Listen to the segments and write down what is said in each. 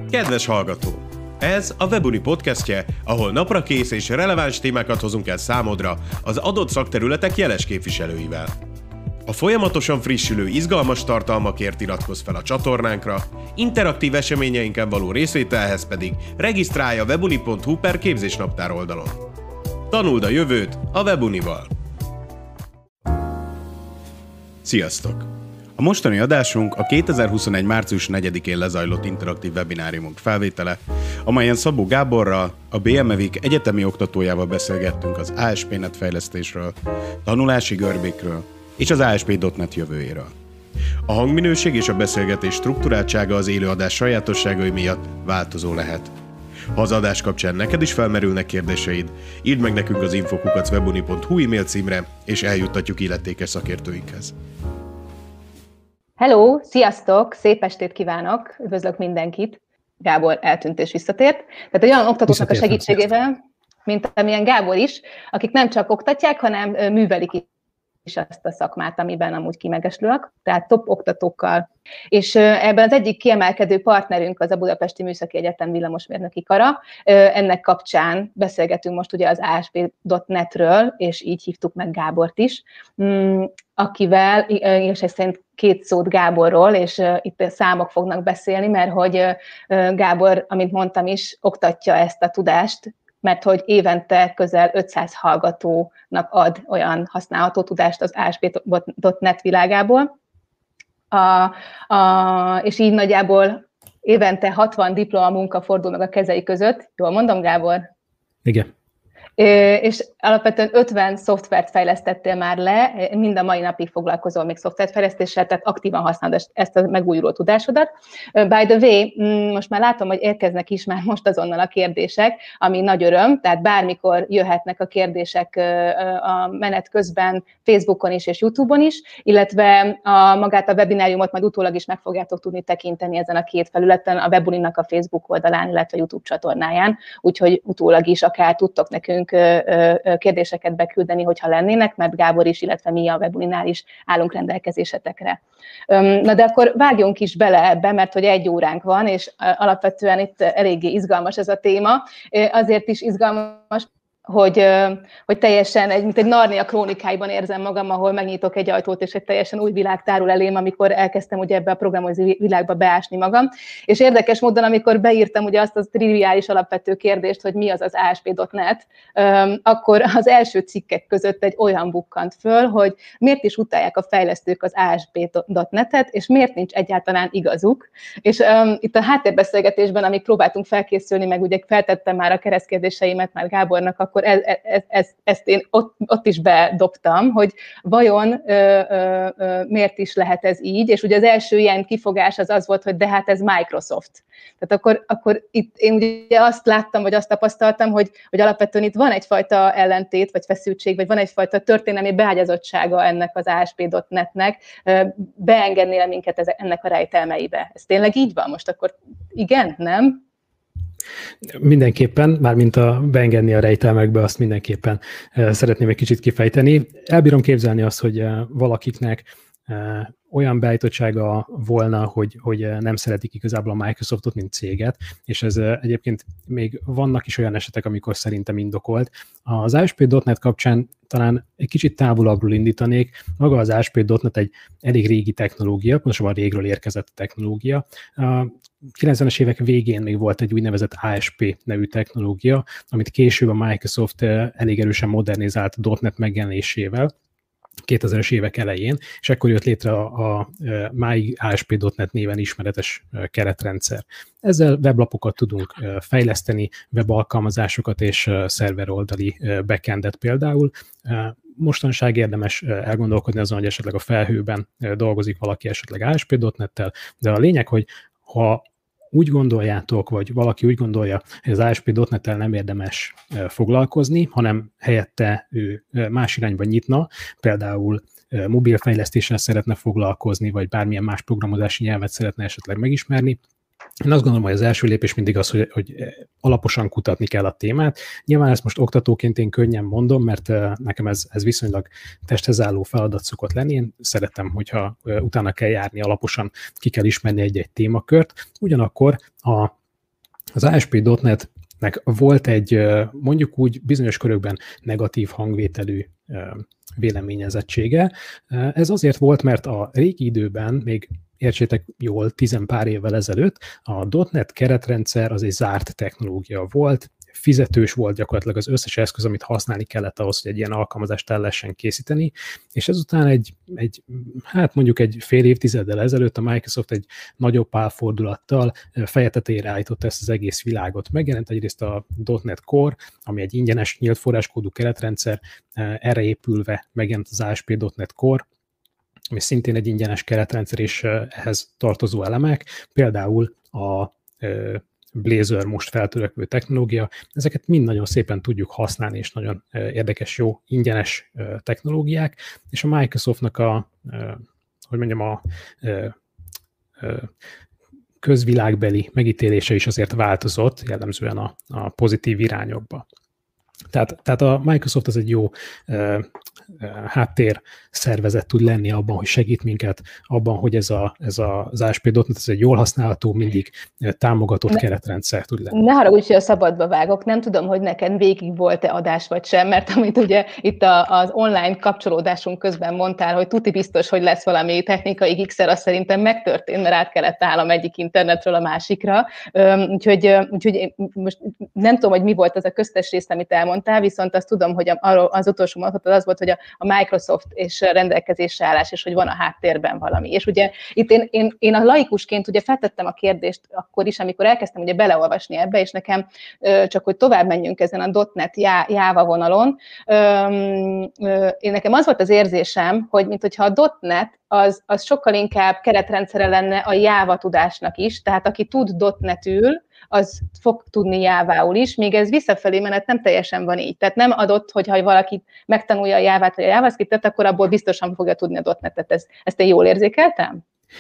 Kedves hallgató! Ez a Webuni podcastje, ahol naprakész és releváns témákat hozunk el számodra az adott szakterületek jeles képviselőivel. A folyamatosan frissülő, izgalmas tartalmakért iratkozz fel a csatornánkra, interaktív eseményeinken való részvételhez pedig regisztrálj a webuni.hu/képzésnaptár oldalon. Tanuld a jövőt a Webunival! Sziasztok! A mostani adásunk a 2021. március 4-én lezajlott interaktív webináriumunk felvétele, amelyen Szabó Gáborral, a BME-Week egyetemi oktatójával beszélgettünk az ASP.NET fejlesztésről, tanulási görbékről és az ASP.NET jövőjéről. A hangminőség és a beszélgetés strukturáltsága az élőadás sajátosságai miatt változó lehet. Ha az adás kapcsán neked is felmerülnek kérdéseid, írd meg nekünk az info@webuni.hu e-mail címre, és eljuttatjuk illetékes szakértőinkhez. Hello, sziasztok, szép estét kívánok, üdvözlök mindenkit. Gábor eltűnt és visszatért. Tehát egy olyan oktatóknak a segítségével, mint amilyen Gábor is, akik nem csak oktatják, hanem művelik is azt a szakmát, amiben amúgy kimegeslőek, tehát top oktatókkal. És ebben az egyik kiemelkedő partnerünk az a Budapesti Műszaki Egyetem villamosmérnöki kara. Ennek kapcsán beszélgetünk most ugye az ASP.NET-ről, és így hívtuk meg Gábort is, akivel, és szerint két szót Gáborról, és itt számok fognak beszélni, mert hogy Gábor, amint mondtam is, oktatja ezt a tudást, mert hogy évente közel 500 hallgatónak ad olyan használható tudást az ASP.NET világából, és így nagyjából évente 60 diplomamunka fordul meg a kezei között. Jól mondom, Gábor? Igen. És alapvetően 50 szoftvert fejlesztettél már le, mind a mai napig foglalkozol még szoftverfejlesztéssel, tehát aktívan használod ezt a megújuló tudásodat. By the way, most már látom, hogy érkeznek is már most azonnal a kérdések, ami nagy öröm, tehát bármikor jöhetnek a kérdések a menet közben Facebookon is és YouTube-on is, illetve magát a webináriumot majd utólag is meg fogjátok tudni tekinteni ezen a két felületen, a Webuninak a Facebook oldalán, illetve YouTube csatornáján, úgyhogy utólag is akár tudtok nekünk kérdéseket beküldeni, hogyha lennének, mert Gábor is, illetve mi a Webuninál is állunk rendelkezésetekre. Na de akkor vágjunk is bele ebbe, mert hogy 1 óránk van, és alapvetően itt eléggé izgalmas ez a téma. Azért is izgalmas, hogy teljesen, mint egy Narnia krónikáiban érzem magam, ahol megnyitok egy ajtót, és egy teljesen új világ tárul elém, amikor elkezdtem ugye ebbe a programozói világba beásni magam. És érdekes módon, amikor beírtam ugye azt a triviális alapvető kérdést, hogy mi az az ASP.NET, akkor az első cikkek között egy olyan bukkant föl, hogy miért is utálják a fejlesztők az ASP.NET-et, és miért nincs egyáltalán igazuk. És itt a háttérbeszélgetésben, amíg próbáltunk felkészülni, meg ugye feltettem már a keresztkérdéseimet már Gábornak, akkor ezt én ott is bedobtam, hogy vajon miért is lehet ez így, és ugye az első ilyen kifogás az volt, hogy de hát ez Microsoft. Tehát akkor itt én ugye azt láttam, vagy azt tapasztaltam, hogy alapvetően itt van egyfajta ellentét, vagy feszültség, vagy van egyfajta történelmi beágyazottsága ennek az ASP.NET-nek, beengednél minket ennek a rejtelmeibe. Ez tényleg így van most? Akkor igen, nem? Mindenképpen, mármint beengedni a rejtelmekbe, azt mindenképpen szeretném egy kicsit kifejteni. Elbírom képzelni azt, hogy valakiknek olyan beállítottsága volna, hogy nem szeretik igazából a Microsoftot, mint céget, és ez egyébként még vannak is olyan esetek, amikor szerintem indokolt. Az ASP.NET kapcsán talán egy kicsit távolabbról indítanék. Maga az ASP.NET egy elég régi technológia, pontosabban régről érkezett technológia. 90-es évek végén még volt egy úgynevezett ASP nevű technológia, amit később a Microsoft elég erősen modernizált .NET megjelenésével, 2000-es évek elején, és ekkor jött létre a máig ASP.NET néven ismeretes keretrendszer. Ezzel weblapokat tudunk fejleszteni, webalkalmazásokat és szerveroldali backendet például. Mostanság érdemes elgondolkodni azon, hogy esetleg a felhőben dolgozik valaki esetleg ASP.NET-tel, de a lényeg, hogy ha úgy gondoljátok, vagy valaki úgy gondolja, hogy az ASP.NET-tel nem érdemes foglalkozni, hanem helyette ő más irányba nyitna, például mobilfejlesztéssel szeretne foglalkozni, vagy bármilyen más programozási nyelvet szeretne esetleg megismerni, Én azt gondolom, hogy az első lépés mindig az, hogy alaposan kutatni kell a témát. Nyilván ezt most oktatóként én könnyen mondom, mert nekem ez viszonylag testhez álló feladat szokott lenni. Én szeretem, hogyha utána kell járni, alaposan ki kell ismerni egy-egy témakört. Ugyanakkor a Az ASP.NET-nek volt egy, mondjuk úgy bizonyos körökben negatív hangvételű véleményezettsége. Ez azért volt, mert a régi időben, még értsétek jól, 10 pár évvel ezelőtt a .NET keretrendszer az egy zárt technológia volt, fizetős volt gyakorlatilag az összes eszköz, amit használni kellett ahhoz, hogy egy ilyen alkalmazást el lehessen készíteni, és ezután hát mondjuk egy fél évtizeddel ezelőtt a Microsoft egy nagyobb pálfordulattal feje tetejére állította ezt az egész világot. Megjelent egyrészt a .NET Core, ami egy ingyenes, nyílt forráskódú keretrendszer, erre épülve megjelent az ASP.NET Core, ami szintén egy ingyenes keretrendszer, és ehhez tartozó elemek, például a Blazor most feltörekvő technológia, ezeket mind nagyon szépen tudjuk használni, és nagyon érdekes, jó, ingyenes technológiák, és a Microsoftnak a közvilágbeli megítélése is azért változott, jellemzően a pozitív irányokba. Tehát a Microsoft az egy jó háttér szervezet tud lenni abban, hogy segít minket, abban, hogy ez az ASP.NET ez egy jól használható, mindig támogatott keretrendszer tud lenni. Ne haragudj, hogy a szabadba vágok, nem tudom, hogy neked végig volt-e adás vagy sem, mert amit ugye itt az online kapcsolódásunk közben mondtál, hogy tuti biztos, hogy lesz valami technikai gigszer, az szerintem megtörtént, mert át kellett állnom egyik internetről a másikra. Úgyhogy most nem tudom, hogy mi volt az a köztes rész, amit elmondtál, viszont azt tudom, hogy az utolsó mondat az volt, hogy a Microsoft és rendelkezésre állás, és hogy van a háttérben valami. És ugye itt én a laikusként ugye feltettem a kérdést akkor is, amikor elkezdtem ugye beleolvasni ebbe, és nekem csak, hogy tovább menjünk ezen a .NET Java vonalon, nekem az volt az érzésem, hogy minthogyha a .NET az sokkal inkább keretrendszere lenne a Java tudásnak is, tehát aki tud .NET-ül, az fog tudni Jávául is, míg ez visszafelé menet nem teljesen van így. Tehát nem adott, hogyha valaki megtanulja a Jávát vagy a JavaScriptet, akkor abból biztosan fogja tudni a .NET-et. Ezt én jól érzékeltem?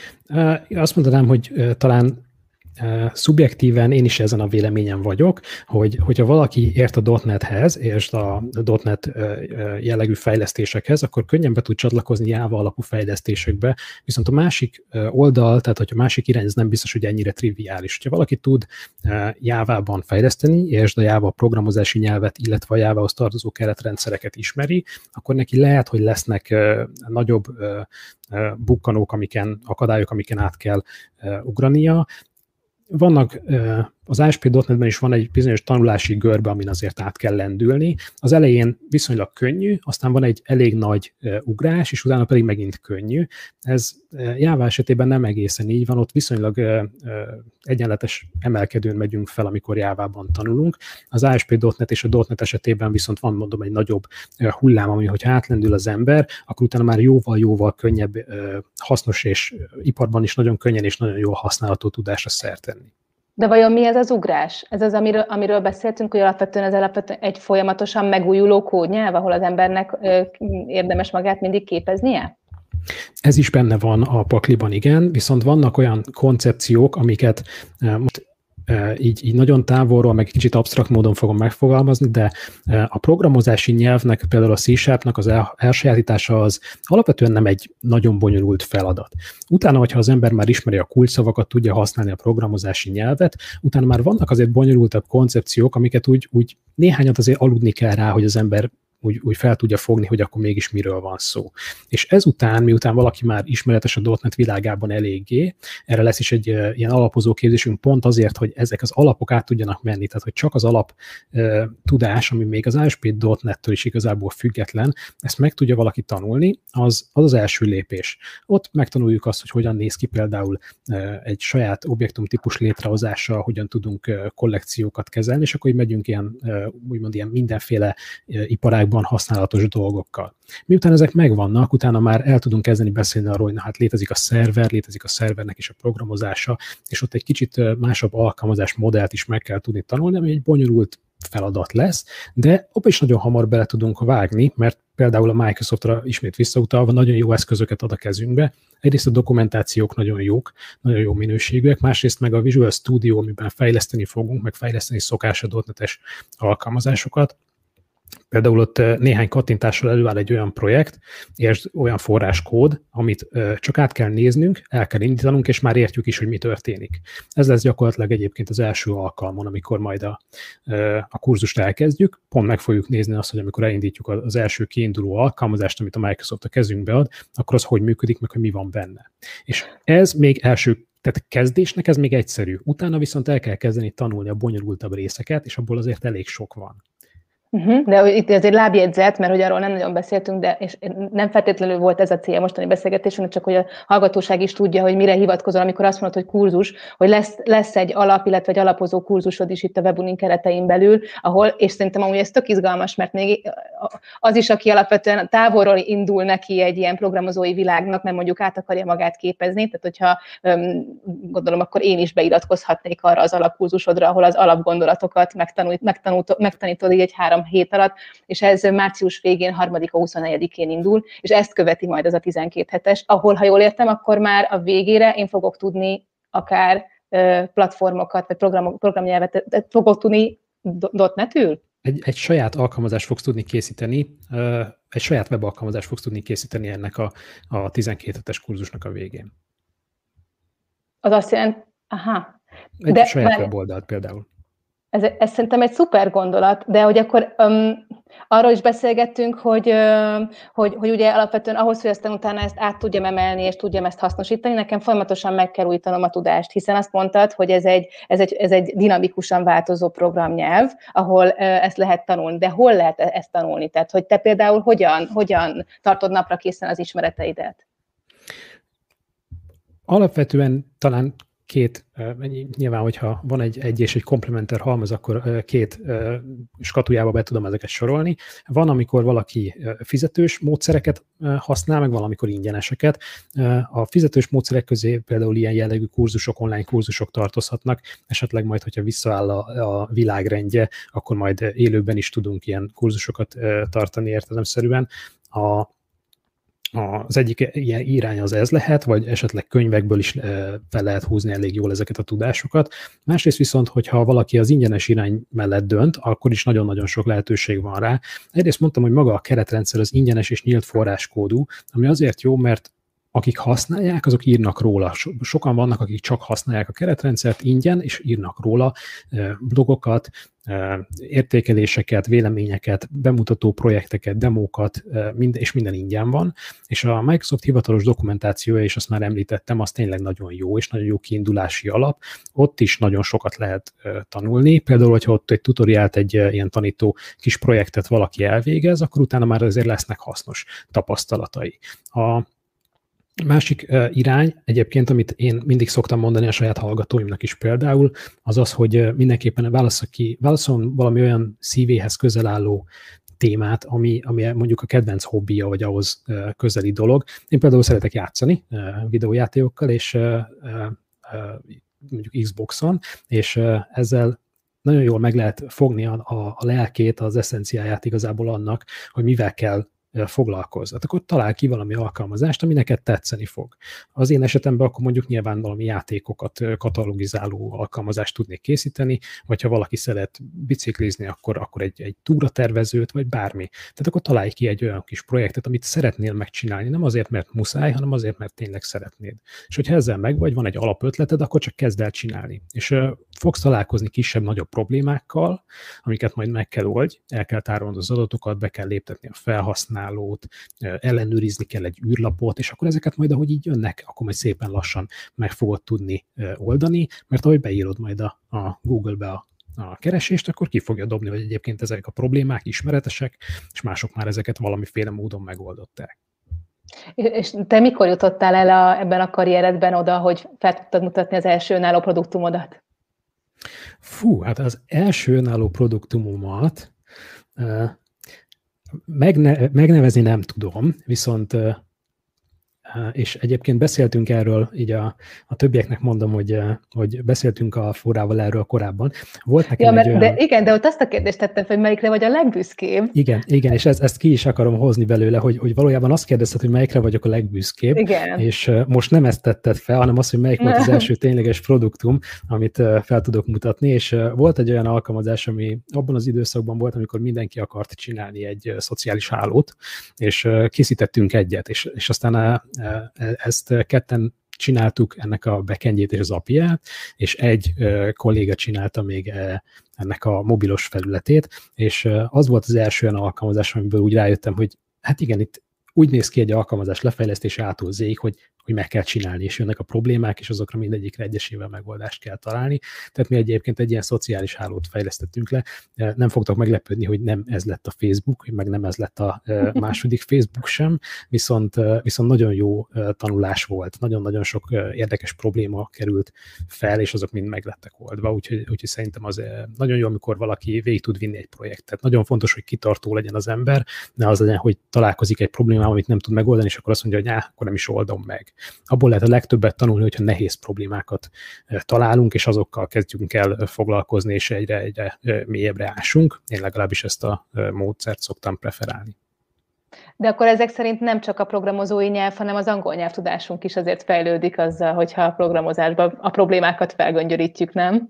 Azt mondanám, hogy talán szubjektíven én is ezen a véleményen vagyok, hogyha valaki ért a .NET-hez, és a .NET jellegű fejlesztésekhez, akkor könnyen be tud csatlakozni Java alapú fejlesztésekbe, viszont a másik oldal, tehát hogy a másik irány, ez nem biztos, hogy ennyire triviális. Ha valaki tud Java-ban fejleszteni, és a Java programozási nyelvet, illetve a Java-hoz tartozó keretrendszereket ismeri, akkor neki lehet, hogy lesznek nagyobb bukkanók, akadályok, amiken át kell ugrania. Vannak, az ASP.NET-ben is van egy bizonyos tanulási görbe, amin azért át kell lendülni. Az elején viszonylag könnyű, aztán van egy elég nagy ugrás, és utána pedig megint könnyű. Ez Java esetében nem egészen így van, ott viszonylag egyenletes emelkedőn megyünk fel, amikor Java-ban tanulunk. Az ASP.NET és a .NET esetében viszont van, mondom, egy nagyobb hullám, ami, hogyha átlendül az ember, akkor utána már jóval könnyebb, hasznos és iparban is nagyon könnyen és nagyon jól használható tudásra szert tenni. De vajon mi ez az ugrás? Ez az, amiről beszéltünk, hogy alapvetően egy folyamatosan megújuló kódnyelv, ahol az embernek érdemes magát mindig képeznie? Ez is benne van a pakliban, igen, viszont vannak olyan koncepciók, amiket most így nagyon távolról, meg kicsit absztrakt módon fogom megfogalmazni, de a programozási nyelvnek, például a C#-nak az elsajátítása az alapvetően nem egy nagyon bonyolult feladat. Utána, hogyha az ember már ismeri a kulcsszavakat, tudja használni a programozási nyelvet, utána már vannak azért bonyolultabb koncepciók, amiket úgy néhányat azért aludni kell rá, hogy az ember úgy fel tudja fogni, hogy akkor mégis miről van szó. És ezután, miután valaki már ismeretes a .NET világában eléggé, erre lesz is egy ilyen alapozó képzésünk pont azért, hogy ezek az alapok át tudjanak menni, tehát hogy csak az alap tudás, ami még az ASP.NET-től is igazából független, ezt meg tudja valaki tanulni, az első lépés. Ott megtanuljuk azt, hogy hogyan néz ki például egy saját objektumtípus létrehozása, hogyan tudunk kollekciókat kezelni, és akkor így megyünk úgymond ilyen mindenféle iparágban használatos dolgokkal. Miután ezek megvannak, utána már el tudunk kezdeni beszélni arról, hogy hát létezik a szerver, létezik a szervernek is a programozása, és ott egy kicsit másabb alkalmazás modellt is meg kell tudni tanulni, ami egy bonyolult feladat lesz, de abba is nagyon hamar bele tudunk vágni, mert például a Microsoftra ismét visszautalva nagyon jó eszközöket ad a kezünkbe. Egyrészt a dokumentációk nagyon jók, nagyon jó minőségűek, másrészt meg a Visual Studio, amiben fejleszteni fogunk, meg fejleszteni szokás a .NET-es alkalmazásokat. Például ott néhány kattintással előáll egy olyan projekt, és olyan forráskód, amit csak át kell néznünk, el kell indítanunk, és már értjük is, hogy mi történik. Ez lesz gyakorlatilag egyébként az első alkalmon, amikor majd a kurzust elkezdjük. Pont meg fogjuk nézni azt, hogy amikor elindítjuk az első kiinduló alkalmazást, amit a Microsoft a kezünkbe ad, akkor az hogy működik, meg hogy mi van benne. És ez még tehát kezdésnek ez még egyszerű. Utána viszont el kell kezdeni tanulni a bonyolultabb részeket, és abból azért elég sok van. De itt azért lábjegyzet, mert hogy arról nem nagyon beszéltünk, de és nem feltétlenül volt ez a célja mostani beszélgetésünknek, csak hogy a hallgatóság is tudja, hogy mire hivatkozol, amikor azt mondod, hogy kurzus, hogy lesz egy alap, illetve egy alapozó kurzusod is itt a Webunink keretein belül, ahol, és szerintem amúgy ez tök izgalmas, mert még az is, aki alapvetően távolról indul neki egy ilyen programozói világnak, mert mondjuk át akarja magát képezni, tehát hogyha gondolom, akkor én is beiratkozhatnék arra az alapkurzusodra, ahol az alapgondolatokat megtanítod így egy 3 hét alatt, és ez március végén, 3-a 24-én indul, és ezt követi majd az a 12 hetes, ahol, ha jól értem, akkor már a végére én fogok tudni akár platformokat, vagy programnyelvet fogok tudni .NET-ül? Egy saját alkalmazást fogsz tudni készíteni, egy saját webalkalmazást fogsz tudni készíteni ennek a 12 hetes kurzusnak a végén. Az azt jelenti, Egy saját weboldalt például. Ez szerintem egy szuper gondolat, de hogy akkor arról is beszélgettünk, hogy ugye alapvetően ahhoz, hogy aztán utána ezt át tudjam emelni, és tudjam ezt hasznosítani, nekem folyamatosan meg kell újítanom a tudást, hiszen azt mondtad, hogy ez egy dinamikusan változó programnyelv, ahol ezt lehet tanulni. De hol lehet ezt tanulni? Tehát, hogy te például hogyan tartod napra készen az ismereteidet? Alapvetően talán nyilván, hogyha van egy és egy komplementer halmaz, akkor 2 skatujába be tudom ezeket sorolni. Van, amikor valaki fizetős módszereket használ, meg valamikor ingyeneseket. A fizetős módszerek közé például ilyen jellegű kurzusok, online kurzusok tartozhatnak, esetleg majd, hogyha visszaáll a világrendje, akkor majd élőben is tudunk ilyen kurzusokat tartani értelemszerűen. Az egyik ilyen irány az ez lehet, vagy esetleg könyvekből is fel lehet húzni elég jól ezeket a tudásokat. Másrészt viszont, hogyha valaki az ingyenes irány mellett dönt, akkor is nagyon-nagyon sok lehetőség van rá. Egyrészt mondtam, hogy maga a keretrendszer az ingyenes és nyílt forráskódú, ami azért jó, mert akik használják, azok írnak róla. Sokan vannak, akik csak használják a keretrendszert ingyen, és írnak róla blogokat, értékeléseket, véleményeket, bemutató projekteket, demókat, és minden ingyen van. És a Microsoft hivatalos dokumentációja, és azt már említettem, az tényleg nagyon jó, és nagyon jó kiindulási alap. Ott is nagyon sokat lehet tanulni. Például, hogyha ott egy tutoriált, egy ilyen tanító kis projektet valaki elvégez, akkor utána már azért lesznek hasznos tapasztalatai. A másik irány egyébként, amit én mindig szoktam mondani a saját hallgatóimnak is például, az az, hogy mindenképpen válaszol valami olyan szívéhez közel álló témát, ami mondjuk a kedvenc hobbija, vagy ahhoz közeli dolog. Én például szeretek játszani videójátékokkal, és mondjuk Xboxon, és ezzel nagyon jól meg lehet fogni a lelkét, az eszenciáját igazából annak, hogy mivel kell foglalkozzat, akkor talál ki valami alkalmazást, ami neked tetszeni fog. Az én esetemben akkor mondjuk nyilván valami játékokat katalogizáló alkalmazást tudnék készíteni, vagy ha valaki szeret biciklizni, akkor egy túratervezőt, vagy bármi. Tehát akkor találj ki egy olyan kis projektet, amit szeretnél megcsinálni, nem azért, mert muszáj, hanem azért, mert tényleg szeretnéd. És hogyha ezzel megvagy, van egy alapötleted, akkor csak kezd el csinálni. És fogsz találkozni kisebb-nagyobb problémákkal, amiket majd meg kell oldj, el kell tárolnod az adatokat, be kell léptetni a felhasználót, ellenőrizni kell egy űrlapot, és akkor ezeket majd, ahogy így jönnek, akkor majd szépen lassan meg fogod tudni oldani, mert ahogy beírod majd a Google-be a keresést, akkor ki fogja dobni, hogy egyébként ezek a problémák ismeretesek, és mások már ezeket valamiféle módon megoldották. És te mikor jutottál el ebben a karrieredben oda, hogy fel tudtad mutatni az első önálló produktumodat? Hát az első önálló produktumomat megnevezni nem tudom, viszont És egyébként beszéltünk erről, így a többieknek mondom, hogy beszéltünk a Flórával erről korábban. Volt nekem de ott azt a kérdést tettem, hogy melyikre vagy a legbüszkébb. Igen, és ezt ki is akarom hozni belőle, hogy valójában azt kérdezted, hogy melyikre vagyok a legbüszkébb, igen. És most nem ezt tetted fel, hanem azt, hogy melyik volt az első tényleges produktum, amit fel tudok mutatni, és volt egy olyan alkalmazás, ami abban az időszakban volt, amikor mindenki akart csinálni egy szociális hálót, és készítettünk egyet, és aztán ezt ketten csináltuk, ennek a backendjét és az API-ját, és egy kolléga csinálta még ennek a mobilos felületét, és az volt az első olyan alkalmazás, amiből úgy rájöttem, hogy hát igen, itt úgy néz ki egy alkalmazás lefejlesztése ától zéig, hogy meg kell csinálni, és jönnek a problémák, és azokra mindegyikre egyesével megoldást kell találni. Tehát mi egyébként egy ilyen szociális hálót fejlesztettünk le. Nem fogtok meglepődni, hogy nem ez lett a Facebook, meg nem ez lett a második Facebook sem, viszont nagyon jó tanulás volt. Nagyon-nagyon sok érdekes probléma került fel, és azok mind meg lettek oldva. Úgyhogy szerintem az nagyon jó, amikor valaki végig tud vinni egy projektet. Nagyon fontos, hogy kitartó legyen az ember, ne az legyen, hogy találkozik egy problémával, amit nem tud megoldani, és akkor azt mondja, hogy akkor nem is oldom meg. Abból lehet a legtöbbet tanulni, hogyha nehéz problémákat találunk, és azokkal kezdjünk el foglalkozni, és egyre mélyebbre ásunk. Én legalábbis ezt a módszert szoktam preferálni. De akkor ezek szerint nem csak a programozói nyelv, hanem az angol nyelvtudásunk is azért fejlődik azzal, hogyha a programozásban a problémákat felgöngyörítjük, nem?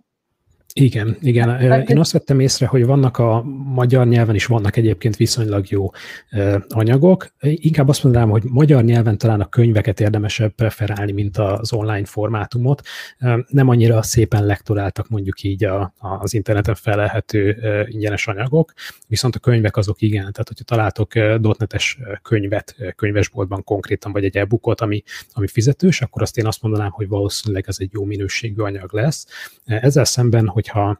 Igen. Én azt vettem észre, hogy vannak a magyar nyelven is vannak egyébként viszonylag jó anyagok. Inkább azt mondanám, hogy magyar nyelven talán a könyveket érdemesebb preferálni, mint az online formátumot. Nem annyira szépen lektoráltak mondjuk így az interneten felelhető ingyenes anyagok, viszont a könyvek azok igen. Tehát, hogyha találtok .NET-es könyvet könyvesboltban konkrétan, vagy egy e-bookot, ami fizetős, akkor azt én azt mondanám, hogy valószínűleg ez egy jó minőségű anyag lesz. Ezzel szemben, hogyha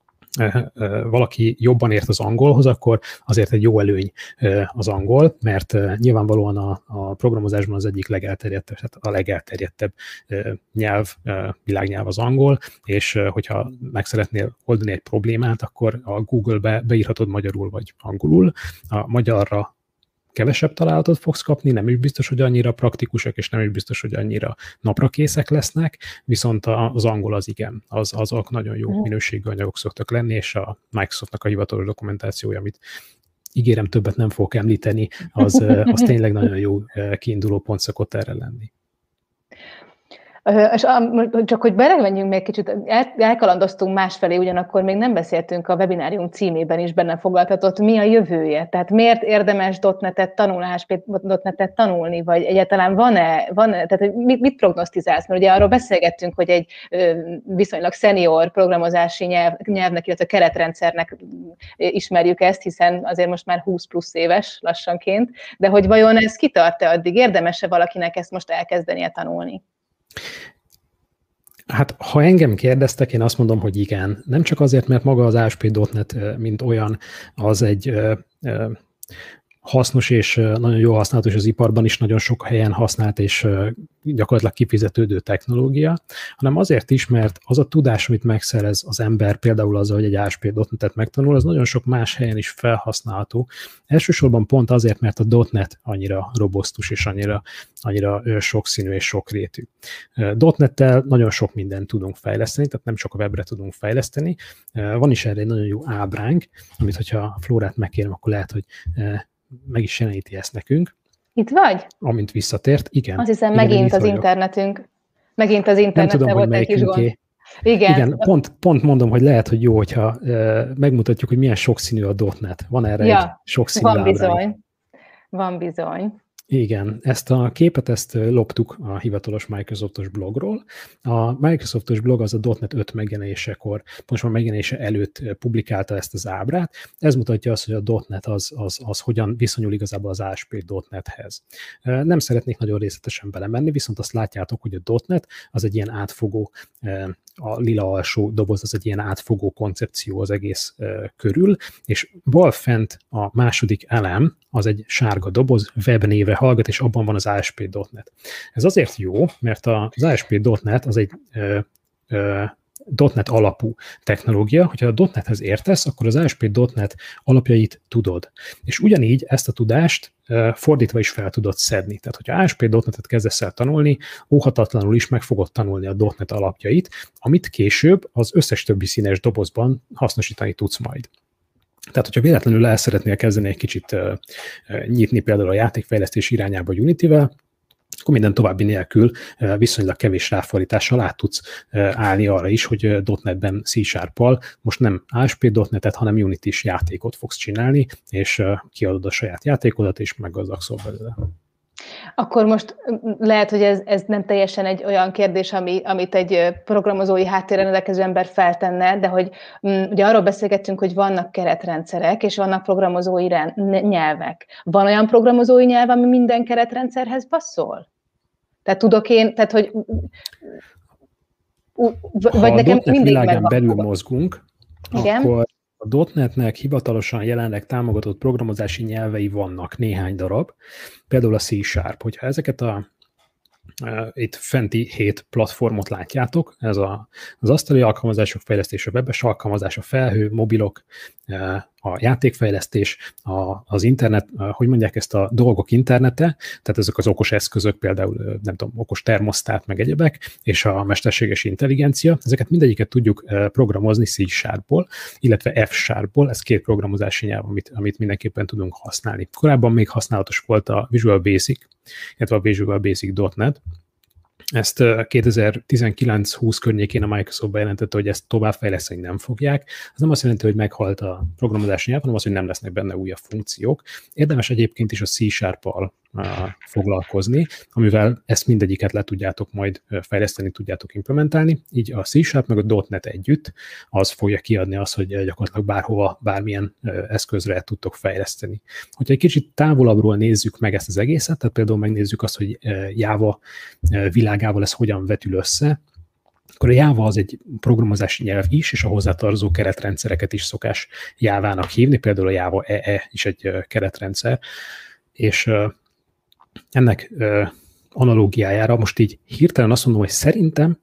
valaki jobban ért az angolhoz, akkor azért egy jó előny az angol, mert nyilvánvalóan a programozásban az egyik legelterjedtebb, tehát a legelterjedtebb nyelv, világnyelv az angol, és hogyha meg szeretnél oldani egy problémát, akkor a Google-be beírhatod magyarul vagy angolul, a magyarra kevesebb találatot fogsz kapni, nem is biztos, hogy annyira praktikusak, és nem is biztos, hogy annyira naprakészek lesznek, viszont az angol az igen, azok nagyon jó minőségű anyagok szoktak lenni, és a Microsoftnak a hivatalos dokumentációja, amit ígérem többet nem fogok említeni, az tényleg nagyon jó kiinduló pont szokott erre lenni. És csak hogy belemenjünk még kicsit, elkalandoztunk másfelé, ugyanakkor még nem beszéltünk a webinárium címében is benne foglaltatott, mi a jövője? Tehát miért érdemes .NET-et tanulni, ASP.NET-et tanulni, vagy egyáltalán van-e, tehát mit prognosztizálsz? Mert ugye arról beszélgettünk, hogy egy viszonylag szenior programozási nyelvnek, illetve keretrendszernek ismerjük ezt, hiszen azért most már 20 plusz éves lassanként, de hogy vajon ez kitart-e addig? Érdemes-e valakinek ezt most elkezdenie tanulni? Hát, ha engem kérdeztek, én azt mondom, hogy igen. Nem csak azért, mert maga az ASP.NET, mint olyan, az egy hasznos és nagyon jó használatos, az iparban is nagyon sok helyen használt és gyakorlatilag kifizetődő technológia, hanem azért is, mert az a tudás, amit megszerez az ember, például azzal, hogy egy ASP.NET-et megtanul, az nagyon sok más helyen is felhasználható. Elsősorban pont azért, mert a .NET annyira robosztus és annyira sokszínű és sokrétű. .NET-tel nagyon sok mindent tudunk fejleszteni, tehát nem csak a webre tudunk fejleszteni. Van is erre egy nagyon jó ábránk, amit, hogyha a Flórát megkérem, akkor lehet, hogy meg is jeleníti ezt nekünk. Itt vagy? Amint visszatért, igen. Azt hiszem, megint az internetünk. Megint az internetben volt egy kis gond. Igen, pont mondom, hogy lehet, hogy jó, hogyha megmutatjuk, hogy milyen sokszínű a .NET. Van erre egy sokszínű ábránk. Van bizony. Igen, ezt a képet loptuk a hivatalos Microsoftos blogról. A Microsoftos blog az a .NET 5 megjelenésekor, most már megjelenése előtt publikálta ezt az ábrát. Ez mutatja azt, hogy a .NET az hogyan viszonyul igazából az ASP.NET-hez. Nem szeretnék nagyon részletesen belemenni, viszont azt látjátok, hogy a .NET az egy ilyen átfogó, a lila alsó doboz az egy ilyen átfogó koncepció az egész körül, és bal fent a második elem az egy sárga doboz, web névre hallgat, és abban van az ASP.NET. Ez azért jó, mert az ASP.NET az egy .NET alapú technológia, hogyha a .NET-hez értesz, akkor az ASP.NET alapjait tudod. És ugyanígy ezt a tudást fordítva is fel tudod szedni. Tehát, hogyha ASP.NET-et kezdesz el tanulni, óhatatlanul is meg fogod tanulni a .NET alapjait, amit később az összes többi színes dobozban hasznosítani tudsz majd. Tehát, hogyha véletlenül el szeretnél kezdeni egy kicsit nyitni például a játékfejlesztés irányába Unity-vel, akkor minden további nélkül viszonylag kevés ráfordítással át tudsz állni arra is, hogy .NET-ben C#-pal most nem ASP.NET-et, hanem Unity-s játékot fogsz csinálni, és kiadod a saját játékodat, és meggazdagszol belőle. Akkor most lehet, hogy ez nem teljesen egy olyan kérdés, amit egy programozói háttérrel rendelkező ember feltenne, de hogy ugye arról beszélgettünk, hogy vannak keretrendszerek, és vannak programozói nyelvek. Van olyan programozói nyelv, ami minden keretrendszerhez passzol? Tehát tudok én, tehát hogy... Vagy nekem mindig világán belül mozgunk, igen? Akkor a .NET-nek hivatalosan jelenleg támogatott programozási nyelvei vannak, néhány darab, például a C#. Hogyha ezeket itt fenti 7 platformot látjátok, ez az asztali alkalmazások fejlesztése, a webes alkalmazás, a felhő, mobilok, a játékfejlesztés, az internet, hogy mondják ezt, a dolgok internete, tehát ezek az okos eszközök, például nem tudom, okos termosztát, meg egyebek, és a mesterséges intelligencia, ezeket mindegyiket tudjuk programozni C#-ból, illetve F#-ból, ez 2 programozási nyelv, amit mindenképpen tudunk használni. Korábban még használatos volt a Visual Basic, illetve a Visual Basic.NET. Ezt 2019-20 környékén a Microsoft bejelentette, hogy ezt továbbfejleszteni nem fogják. Ez nem azt jelenti, hogy meghalt a programozási nyelv, hanem az, hogy nem lesznek benne újabb funkciók. Érdemes egyébként is a C#-al foglalkozni, amivel ezt mindegyiket le tudjátok majd fejleszteni, tudjátok implementálni. Így a C# meg a .NET együtt az fogja kiadni azt, hogy gyakorlatilag bárhova, bármilyen eszközre tudtok fejleszteni. Hogyha egy kicsit távolabbról nézzük meg ezt az egészet, tehát például megnézzük azt, hogy Java világával ez hogyan vetül össze, akkor a Java az egy programozási nyelv is, és a hozzátartozó keretrendszereket is szokás Jávának hívni, például a Java EE is egy keretrendszer, és ennek analógiájára most így hirtelen azt mondom, hogy szerintem,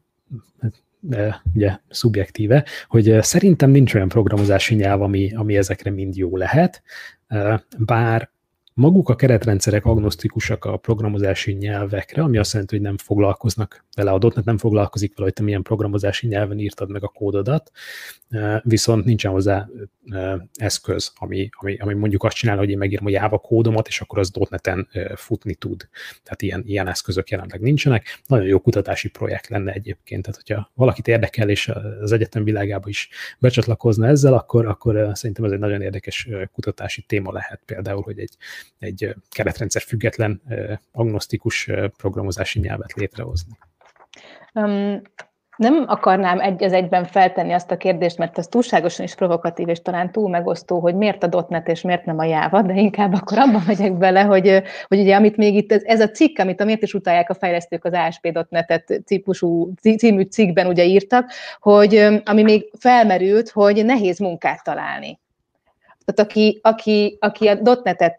ugye szubjektíve, hogy szerintem nincs olyan programozási nyelv, ami ezekre mind jó lehet, bár maguk a keretrendszerek agnosztikusak a programozási nyelvekre, ami azt jelenti, hogy nem foglalkoznak vele, a .NET nem foglalkozik vele, hogy te milyen programozási nyelven írtad meg a kódodat, viszont nincsen hozzá eszköz, ami mondjuk azt csinál, hogy én megírom a Java kódomat, és akkor az .NET-en futni tud. Tehát ilyen eszközök jelenleg nincsenek. Nagyon jó kutatási projekt lenne egyébként. Tehát, hogyha valakit érdekel, és az egyetem világába is becsatlakozna ezzel, akkor szerintem ez egy nagyon érdekes kutatási téma lehet például, hogy egy keretrendszer független, agnosztikus programozási nyelvet létrehozni. Nem akarnám egy az egyben feltenni azt a kérdést, mert az túlságosan is provokatív, és talán túl megosztó, hogy miért a .NET és miért nem a Java, de inkább akkor abban megyek bele, hogy ugye amit még itt, ez a cikk, amit miért is utálják a fejlesztők az ASP.NET-et című cikkben ugye írtak, hogy ami még felmerült, hogy nehéz munkát találni. Tehát aki a .NET-et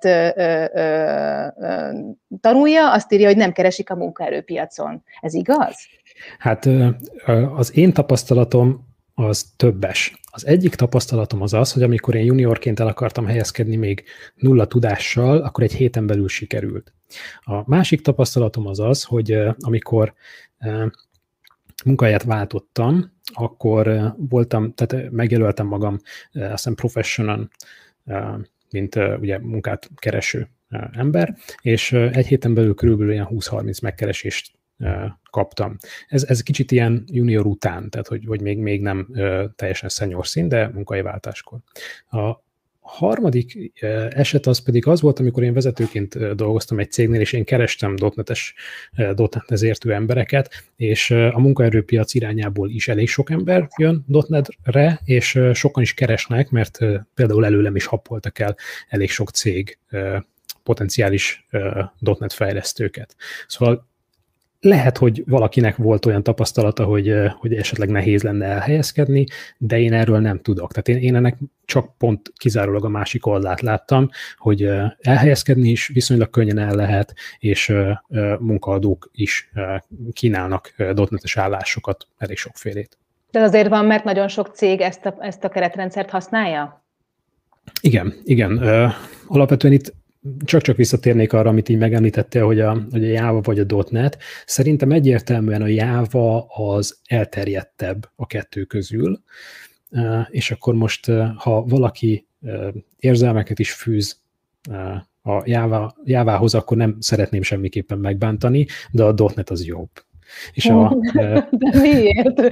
tanulja, azt írja, hogy nem keresik a munkaerőpiacon. Ez igaz? Hát az én tapasztalatom az többes. Az egyik tapasztalatom az, hogy amikor én juniorként el akartam helyezkedni még nulla tudással, akkor egy héten belül sikerült. A másik tapasztalatom az, hogy amikor munkahelyet váltottam, akkor tehát megjelöltem magam azt hiszem professional, mint ugye munkát kereső ember, és egy héten belül körülbelül ilyen 20-30 megkeresést kaptam. Ez kicsit ilyen junior után, tehát hogy még nem teljesen senior szint, de munkahelyváltáskor. A harmadik eset az pedig az volt, amikor én vezetőként dolgoztam egy cégnél, és én kerestem .NET-hez értő embereket, és a munkaerőpiac irányából is elég sok ember jön .NET-re, és sokan is keresnek, mert például előlem is happoltak el elég sok cég potenciális .NET fejlesztőket. Szóval lehet, hogy valakinek volt olyan tapasztalata, hogy esetleg nehéz lenne elhelyezkedni, de én erről nem tudok. Tehát én ennek csak pont kizárólag a másik oldalát láttam, hogy elhelyezkedni is viszonylag könnyen el lehet, és munkaadók is kínálnak .NET-es állásokat, elég sokfélét. De azért van, mert nagyon sok cég ezt a keretrendszert használja? Igen. Alapvetően itt csak visszatérnék arra, amit így megemlítettél, hogy a Java vagy a .NET. Szerintem egyértelműen a Java az elterjedtebb a kettő közül, és akkor most, ha valaki érzelmeket is fűz a Jávához, akkor nem szeretném semmiképpen megbántani, de a .NET az jobb. És de miért?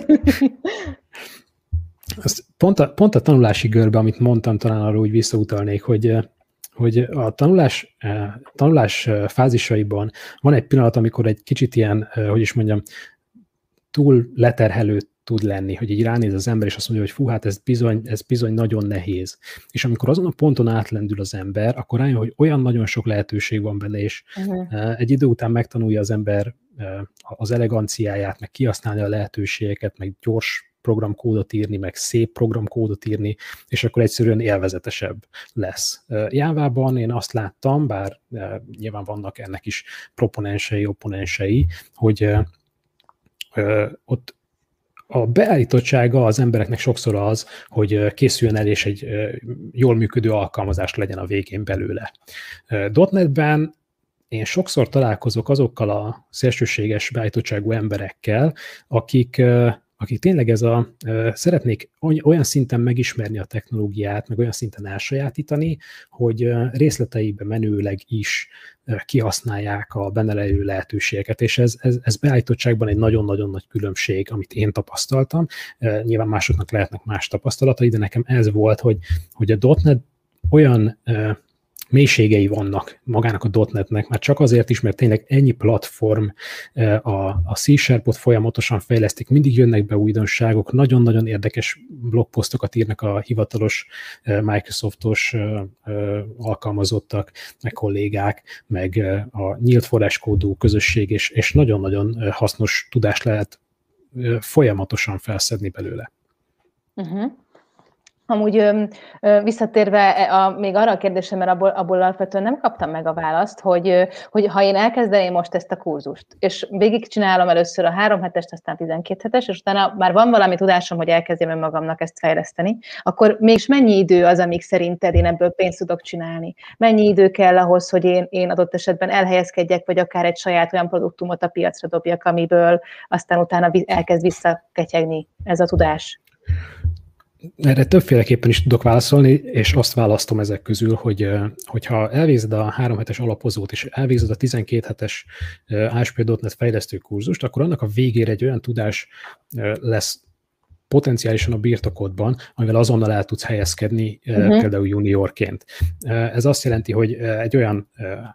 Pont a tanulási görbe, amit mondtam, talán arra úgy visszautalnék, hogy a tanulás fázisaiban van egy pillanat, amikor egy kicsit ilyen, hogy is mondjam, túl leterhelő tud lenni, hogy így ránéz az ember, és azt mondja, hogy fú, hát ez bizony nagyon nehéz. És amikor azon a ponton átlendül az ember, akkor rájön, hogy olyan nagyon sok lehetőség van benne, és egy idő után megtanulja az ember az eleganciáját, meg kihasználni a lehetőségeket, meg gyors programkódot írni, meg szép programkódot írni, és akkor egyszerűen élvezetesebb lesz. Jávában én azt láttam, bár nyilván vannak ennek is proponensei, opponensei, hogy ott a beállítottsága az embereknek sokszor az, hogy készüljön el, és egy jól működő alkalmazás legyen a végén belőle. .NET-ben én sokszor találkozok azokkal a szélsőséges beállítottságú emberekkel, akik tényleg szeretnék olyan szinten megismerni a technológiát, meg olyan szinten elsajátítani, hogy részleteibe menőleg is kihasználják a benne levő lehetőségeket, és ez beállítottságban egy nagyon-nagyon nagy különbség, amit én tapasztaltam. Nyilván másoknak lehetnek más tapasztalatai, de nekem ez volt, hogy a .NET olyan mélységei vannak magának a .NET-nek, már csak azért is, mert tényleg ennyi platform, a C-Sharpot folyamatosan fejlesztik, mindig jönnek be újdonságok, nagyon-nagyon érdekes blogposztokat írnak a hivatalos Microsoftos alkalmazottak, meg kollégák, meg a nyílt forráskódú közösség, és nagyon-nagyon hasznos tudást lehet folyamatosan felszedni belőle. Amúgy visszatérve még arra a kérdésre, mert abból alapvetően nem kaptam meg a választ, hogy ha én elkezdeném most ezt a kurzust, és végigcsinálom először a 3 hetest, aztán 12 hetes, és utána már van valami tudásom, hogy elkezdjem magamnak ezt fejleszteni, akkor mégis mennyi idő az, amíg szerinted én ebből pénzt tudok csinálni? Mennyi idő kell ahhoz, hogy én adott esetben elhelyezkedjek, vagy akár egy saját olyan produktumot a piacra dobjak, amiből aztán utána elkezd visszaketyegni ez a tudás? Erre többféleképpen is tudok válaszolni, és azt választom ezek közül, hogyha elvégzed a 3 hetes alapozót, és elvégzed a 12 hetes ASP.NET fejlesztő kurzust, akkor annak a végére egy olyan tudás lesz potenciálisan a birtokodban, amivel azonnal el tudsz helyezkedni, például juniorként. Ez azt jelenti, hogy egy olyan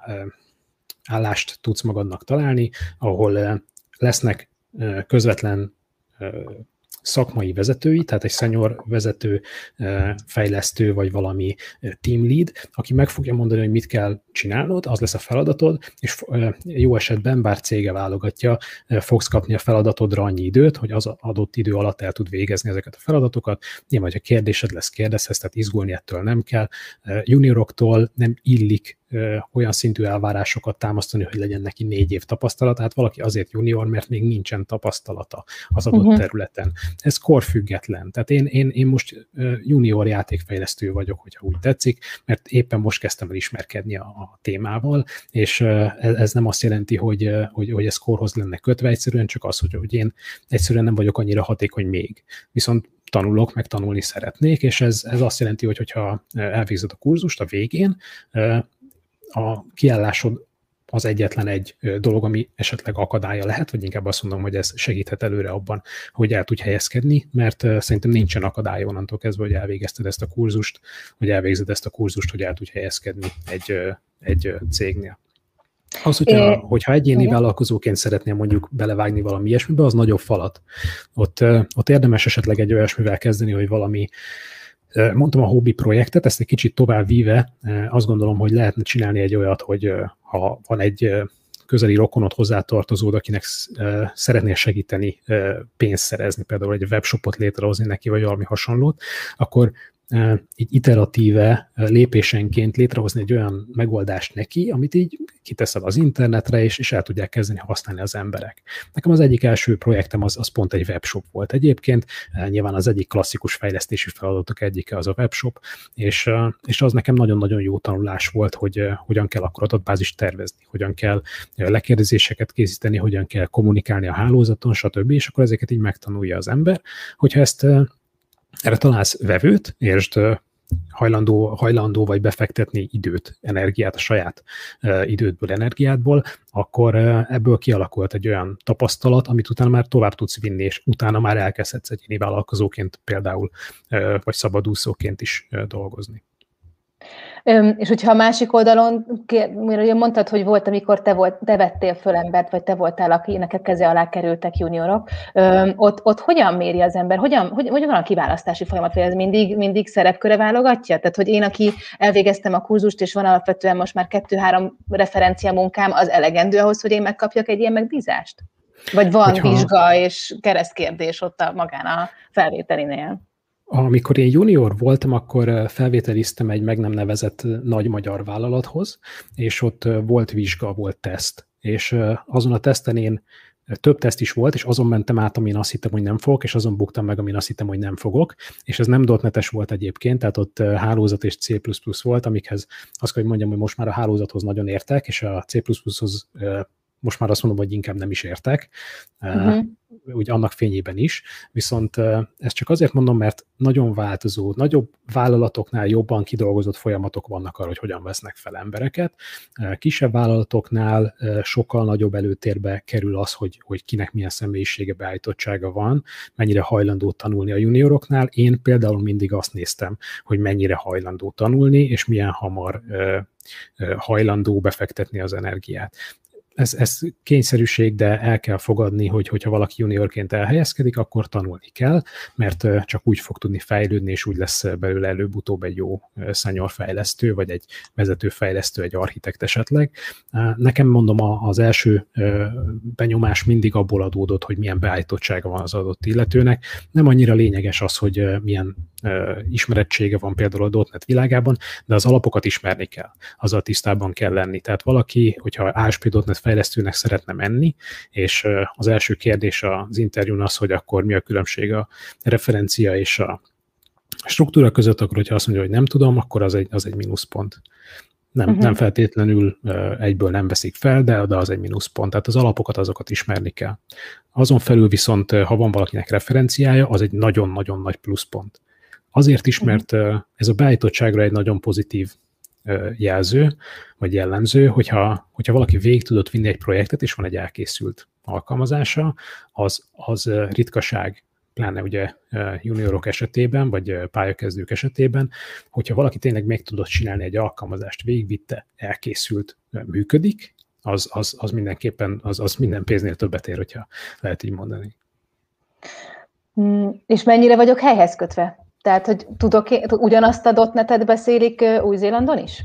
állást tudsz magadnak találni, ahol lesznek közvetlen szakmai vezetői, tehát egy senior vezető, fejlesztő, vagy valami team lead, aki meg fogja mondani, hogy mit kell csinálnod, az lesz a feladatod, és jó esetben, bár cége válogatja, fogsz kapni a feladatodra annyi időt, hogy az adott idő alatt el tud végezni ezeket a feladatokat. Nyilván, ha kérdésed lesz, kérdezhez, tehát izgulni ettől nem kell. Junioroktól nem illik olyan szintű elvárásokat támasztani, hogy legyen neki 4 év tapasztalat, hát valaki azért junior, mert még nincsen tapasztalata az adott területen. Ez korfüggetlen. Tehát én most junior játékfejlesztő vagyok, hogyha úgy tetszik, mert éppen most kezdtem el ismerkedni a témával, és ez nem azt jelenti, hogy ez korhoz lenne kötve, egyszerűen csak az, hogy én egyszerűen nem vagyok annyira hatékony még. Viszont tanulok, meg tanulni szeretnék, és ez azt jelenti, hogyha elvégzed a kurzust a végén, a kiállásod az egyetlen egy dolog, ami esetleg akadálya lehet, vagy inkább azt mondom, hogy ez segíthet előre abban, hogy el tudj helyezkedni, mert szerintem nincsen akadály onnantól kezdve, hogy elvégezted ezt a kurzust, hogy elvégzed ezt a kurzust, hogy el tudj helyezkedni egy cégnél. Az, hogyha egyéni vállalkozóként szeretnél mondjuk belevágni valami ilyesmibe, az nagyobb falat. Ott érdemes esetleg egy olyasmivel kezdeni, hogy valami, mondtam a hobbi projektet, ezt egy kicsit tovább víve, azt gondolom, hogy lehetne csinálni egy olyat, hogy ha van egy közeli rokonod, hozzátartozód, akinek szeretnél segíteni pénzt szerezni, például egy webshopot létrehozni neki, vagy valami hasonlót, akkor így iteratíve, lépésenként létrehozni egy olyan megoldást neki, amit így kiteszed az internetre, és el tudják kezdeni használni az emberek. Nekem az egyik első projektem az pont egy webshop volt egyébként, nyilván az egyik klasszikus fejlesztési feladatok egyike az a webshop, és az nekem nagyon-nagyon jó tanulás volt, hogy hogyan kell akkor adatbázist tervezni, hogyan kell lekérdezéseket készíteni, hogyan kell kommunikálni a hálózaton, stb. És akkor ezeket így megtanulja az ember. Hogyha erre találsz vevőt, és hajlandó vagy befektetni időt, energiát, a saját idődből, energiádból, akkor ebből kialakult egy olyan tapasztalat, amit utána már tovább tudsz vinni, és utána már elkezdhetsz egyéni vállalkozóként például, vagy szabadúszóként is dolgozni. És hogyha a másik oldalon, mert mondtad, hogy volt, amikor te vettél föl embert, vagy te voltál, aki neked keze alá kerültek juniorok, ott hogyan méri az ember? Hogyan van a kiválasztási folyamat? Vagy ez mindig szerepköre válogatja? Tehát, hogy én, aki elvégeztem a kurzust, és van alapvetően most már 2-3 referencia munkám, az elegendő ahhoz, hogy én megkapjak egy ilyen megbízást? Vagy van vizsga és keresztkérdés ott magán a felvételinél? Amikor én junior voltam, akkor felvételiztem egy meg nem nevezett nagy magyar vállalathoz, és ott volt vizsga, volt teszt. És azon a teszten én több teszt is volt, és azon mentem át, amin azt hittem, hogy nem fogok, és azon buktam meg, amin azt hittem, hogy nem fogok. És ez nem .NET-es volt egyébként, tehát ott hálózat és C++ volt, amikhez azt kell, hogy mondjam, hogy most már a hálózathoz nagyon értek, és a C++-hoz most már azt mondom, hogy inkább nem is értek, úgy annak fényében is, viszont ezt csak azért mondom, mert nagyon változó, nagyobb vállalatoknál jobban kidolgozott folyamatok vannak arra, hogy hogyan vesznek fel embereket. Kisebb vállalatoknál sokkal nagyobb előtérbe kerül az, hogy kinek milyen személyisége, beállítottsága van, mennyire hajlandó tanulni a junioroknál. Én például mindig azt néztem, hogy mennyire hajlandó tanulni, és milyen hamar hajlandó befektetni az energiát. Ez kényszerűség, de el kell fogadni, hogyha valaki juniorként elhelyezkedik, akkor tanulni kell, mert csak úgy fog tudni fejlődni, és úgy lesz belőle előbb-utóbb egy jó senior fejlesztő, vagy egy vezető fejlesztő, egy architekt esetleg. Nekem mondom, az első benyomás mindig abból adódott, hogy milyen beállítottsága van az adott illetőnek. Nem annyira lényeges az, hogy milyen ismerettsége van például a .NET világában, de az alapokat ismerni kell, azzal tisztában kell lenni. Tehát valaki, hogyha ASP.NET fejlesztőnek szeretne menni, és az első kérdés az interjún az, hogy akkor mi a különbség a referencia és a struktúra között, akkor hogyha azt mondja, hogy nem tudom, akkor az egy mínuszpont. Nem feltétlenül egyből nem veszik fel, de az egy mínuszpont. Tehát az alapokat, azokat ismerni kell. Azon felül viszont, ha van valakinek referenciája, az egy nagyon-nagyon nagy pluszpont. Azért is, mert ez a beállítottságra egy nagyon pozitív jelző, vagy jellemző, hogyha valaki végig tudott vinni egy projektet, és van egy elkészült alkalmazása, az ritkaság, pláne ugye juniorok esetében, vagy pályakezdők esetében, hogyha valaki tényleg meg tudott csinálni egy alkalmazást, végigvitte, elkészült, működik, az mindenképpen, az minden pénznél többet ér, hogyha lehet így mondani. És mennyire vagyok helyhez kötve? Tehát, hogy ugyanazt a .NET-et beszélik Új-Zélandon is?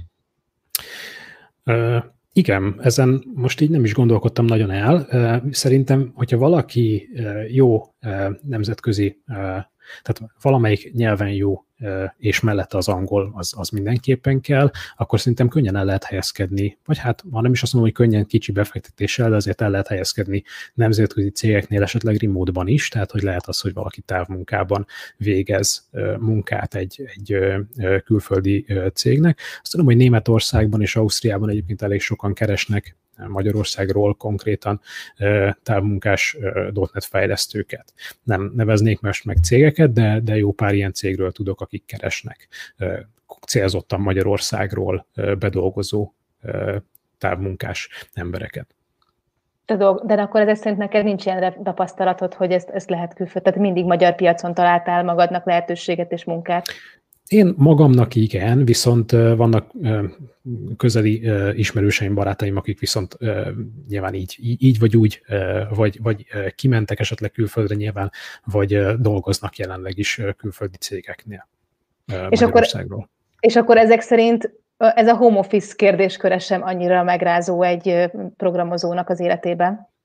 Igen, ezen most így nem is gondolkodtam nagyon el. Szerintem, hogyha valaki jó nemzetközi, tehát valamelyik nyelven jó, és mellette az angol, az mindenképpen kell, akkor szerintem könnyen el lehet helyezkedni, vagy hát, ha nem is azt mondom, hogy könnyen kicsi befektetéssel, de azért el lehet helyezkedni nemzetközi cégeknél, esetleg remote-ban is, tehát hogy lehet az, hogy valaki távmunkában végez munkát egy külföldi cégnek. Azt tudom, hogy Németországban és Ausztriában egyébként elég sokan keresnek Magyarországról konkrétan távmunkás .NET fejlesztőket. Nem neveznék most meg cégeket, de jó pár ilyen cégről tudok, akik keresnek célzottan Magyarországról bedolgozó távmunkás embereket. De akkor ezek szerint neked nincs ilyen tapasztalatod, hogy ezt lehet külföldön, tehát mindig magyar piacon találtál magadnak lehetőséget és munkát? Én magamnak igen, viszont vannak közeli ismerőseim, barátaim, akik viszont nyilván így vagy úgy, vagy kimentek esetleg külföldre nyilván, vagy dolgoznak jelenleg is külföldi cégeknél Magyarországról. És akkor ezek szerint ez a home office kérdésköre sem annyira megrázó egy programozónak az életében?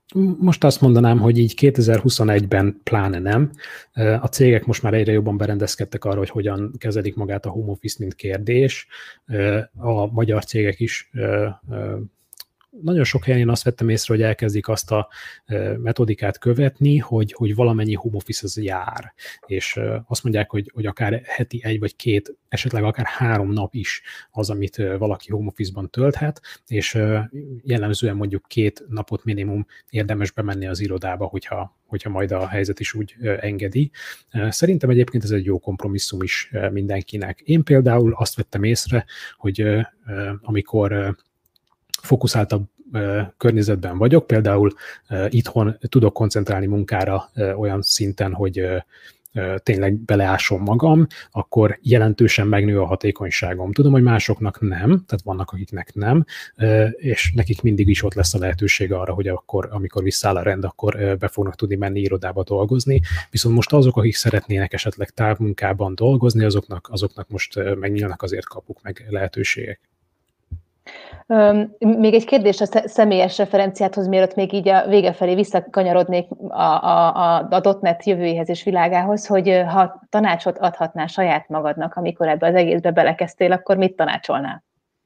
Most azt mondanám, hogy így 2021-ben pláne nem. A cégek most már egyre jobban berendezkedtek arra, hogy hogyan kezelik magát a home office, mint kérdés. A magyar cégek is nagyon sok helyen én azt vettem észre, hogy elkezdik azt a metodikát követni, hogy valamennyi home office az jár. És azt mondják, hogy akár heti 1 vagy 2, esetleg akár 3 nap is az, amit valaki home office-ban tölthet, és jellemzően mondjuk 2 napot minimum érdemes bemenni az irodába, hogyha majd a helyzet is úgy engedi. Szerintem egyébként ez egy jó kompromisszum is mindenkinek. Én például azt vettem észre, hogy amikor fokuszáltabb környezetben vagyok, például itthon tudok koncentrálni munkára olyan szinten, hogy tényleg beleásom magam, akkor jelentősen megnő a hatékonyságom. Tudom, hogy másoknak nem, tehát vannak, akiknek nem, és nekik mindig is ott lesz a lehetőség arra, hogy akkor, amikor visszáll a rend, akkor be fognak tudni menni irodába dolgozni. Viszont most azok, akik szeretnének esetleg távmunkában dolgozni, azoknak most megnyílnak azért kapuk meg lehetőségek. Még egy kérdés a személyes referenciáthoz, mielőtt még így a vége felé visszakanyarodnék a .NET jövőjéhez és világához, hogy ha tanácsot adhatnál saját magadnak, amikor ebbe az egészbe belekezdtél, akkor mit tanácsolnál?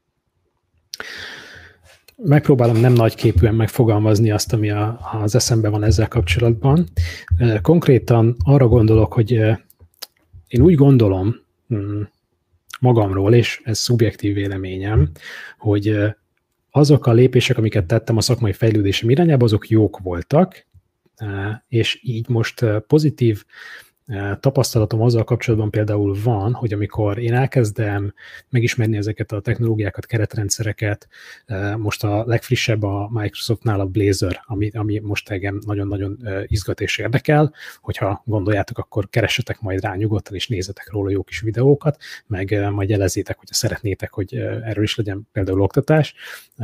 Megpróbálom nem nagyképűen megfogalmazni azt, ami az eszembe van ezzel kapcsolatban. Konkrétan arra gondolok, hogy én úgy gondolom, magamról, és ez szubjektív véleményem, hogy azok a lépések, amiket tettem a szakmai fejlődésem irányába, azok jók voltak, és így most pozitív tapasztalatom azzal kapcsolatban például van, hogy amikor én elkezdem megismerni ezeket a technológiákat, keretrendszereket, most a legfrissebb a Microsoftnál a Blazor, ami most engem nagyon-nagyon izgat és érdekel, hogyha gondoljátok, akkor keressetek majd rá nyugodtan, és nézzetek róla jó kis videókat, meg majd jelezzétek, hogyha szeretnétek, hogy erről is legyen például oktatás.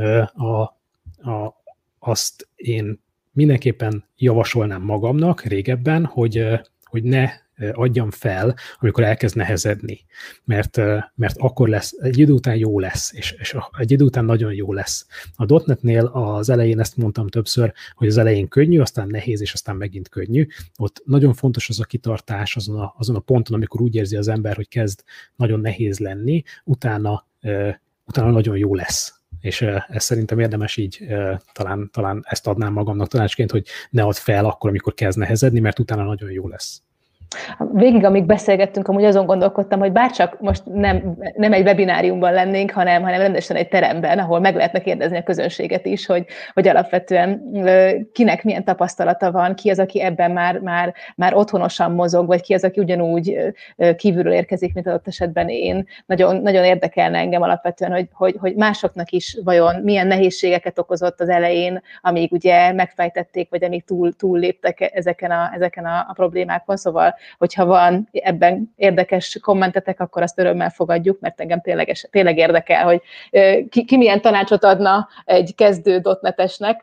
Azt én mindenképpen javasolnám magamnak régebben, hogy ne adjam fel, amikor elkezd nehezedni, mert akkor lesz, egy idő után jó lesz, és egy idő után nagyon jó lesz. A .NET-nél az elején ezt mondtam többször, hogy az elején könnyű, aztán nehéz, és aztán megint könnyű. Ott nagyon fontos az a kitartás azon a ponton, amikor úgy érzi az ember, hogy kezd nagyon nehéz lenni, utána nagyon jó lesz. És ezt szerintem érdemes így, talán ezt adnám magamnak tanácsként, hogy ne add fel akkor, amikor kezd nehezedni, mert utána nagyon jó lesz. Végig, amíg beszélgettünk, amúgy azon gondolkodtam, hogy bárcsak most nem egy webináriumban lennéng, hanem rendesen egy teremben, ahol meg lehetne kérdezni a közönséget is, hogy alapvetően kinek milyen tapasztalata van, ki az, aki ebben már otthonosan mozog, vagy ki az, aki ugyanúgy kívülről érkezik, mint adott esetben én. Nagyon, nagyon érdekelne engem alapvetően, hogy másoknak is vajon milyen nehézségeket okozott az elején, amíg ugye megfejtették, vagy amíg túlléptek ezeken a problémákon. Szóval hogyha van ebben érdekes kommentetek, akkor azt örömmel fogadjuk, mert engem tényleg érdekel, hogy ki milyen tanácsot adna egy kezdő .NET-esnek.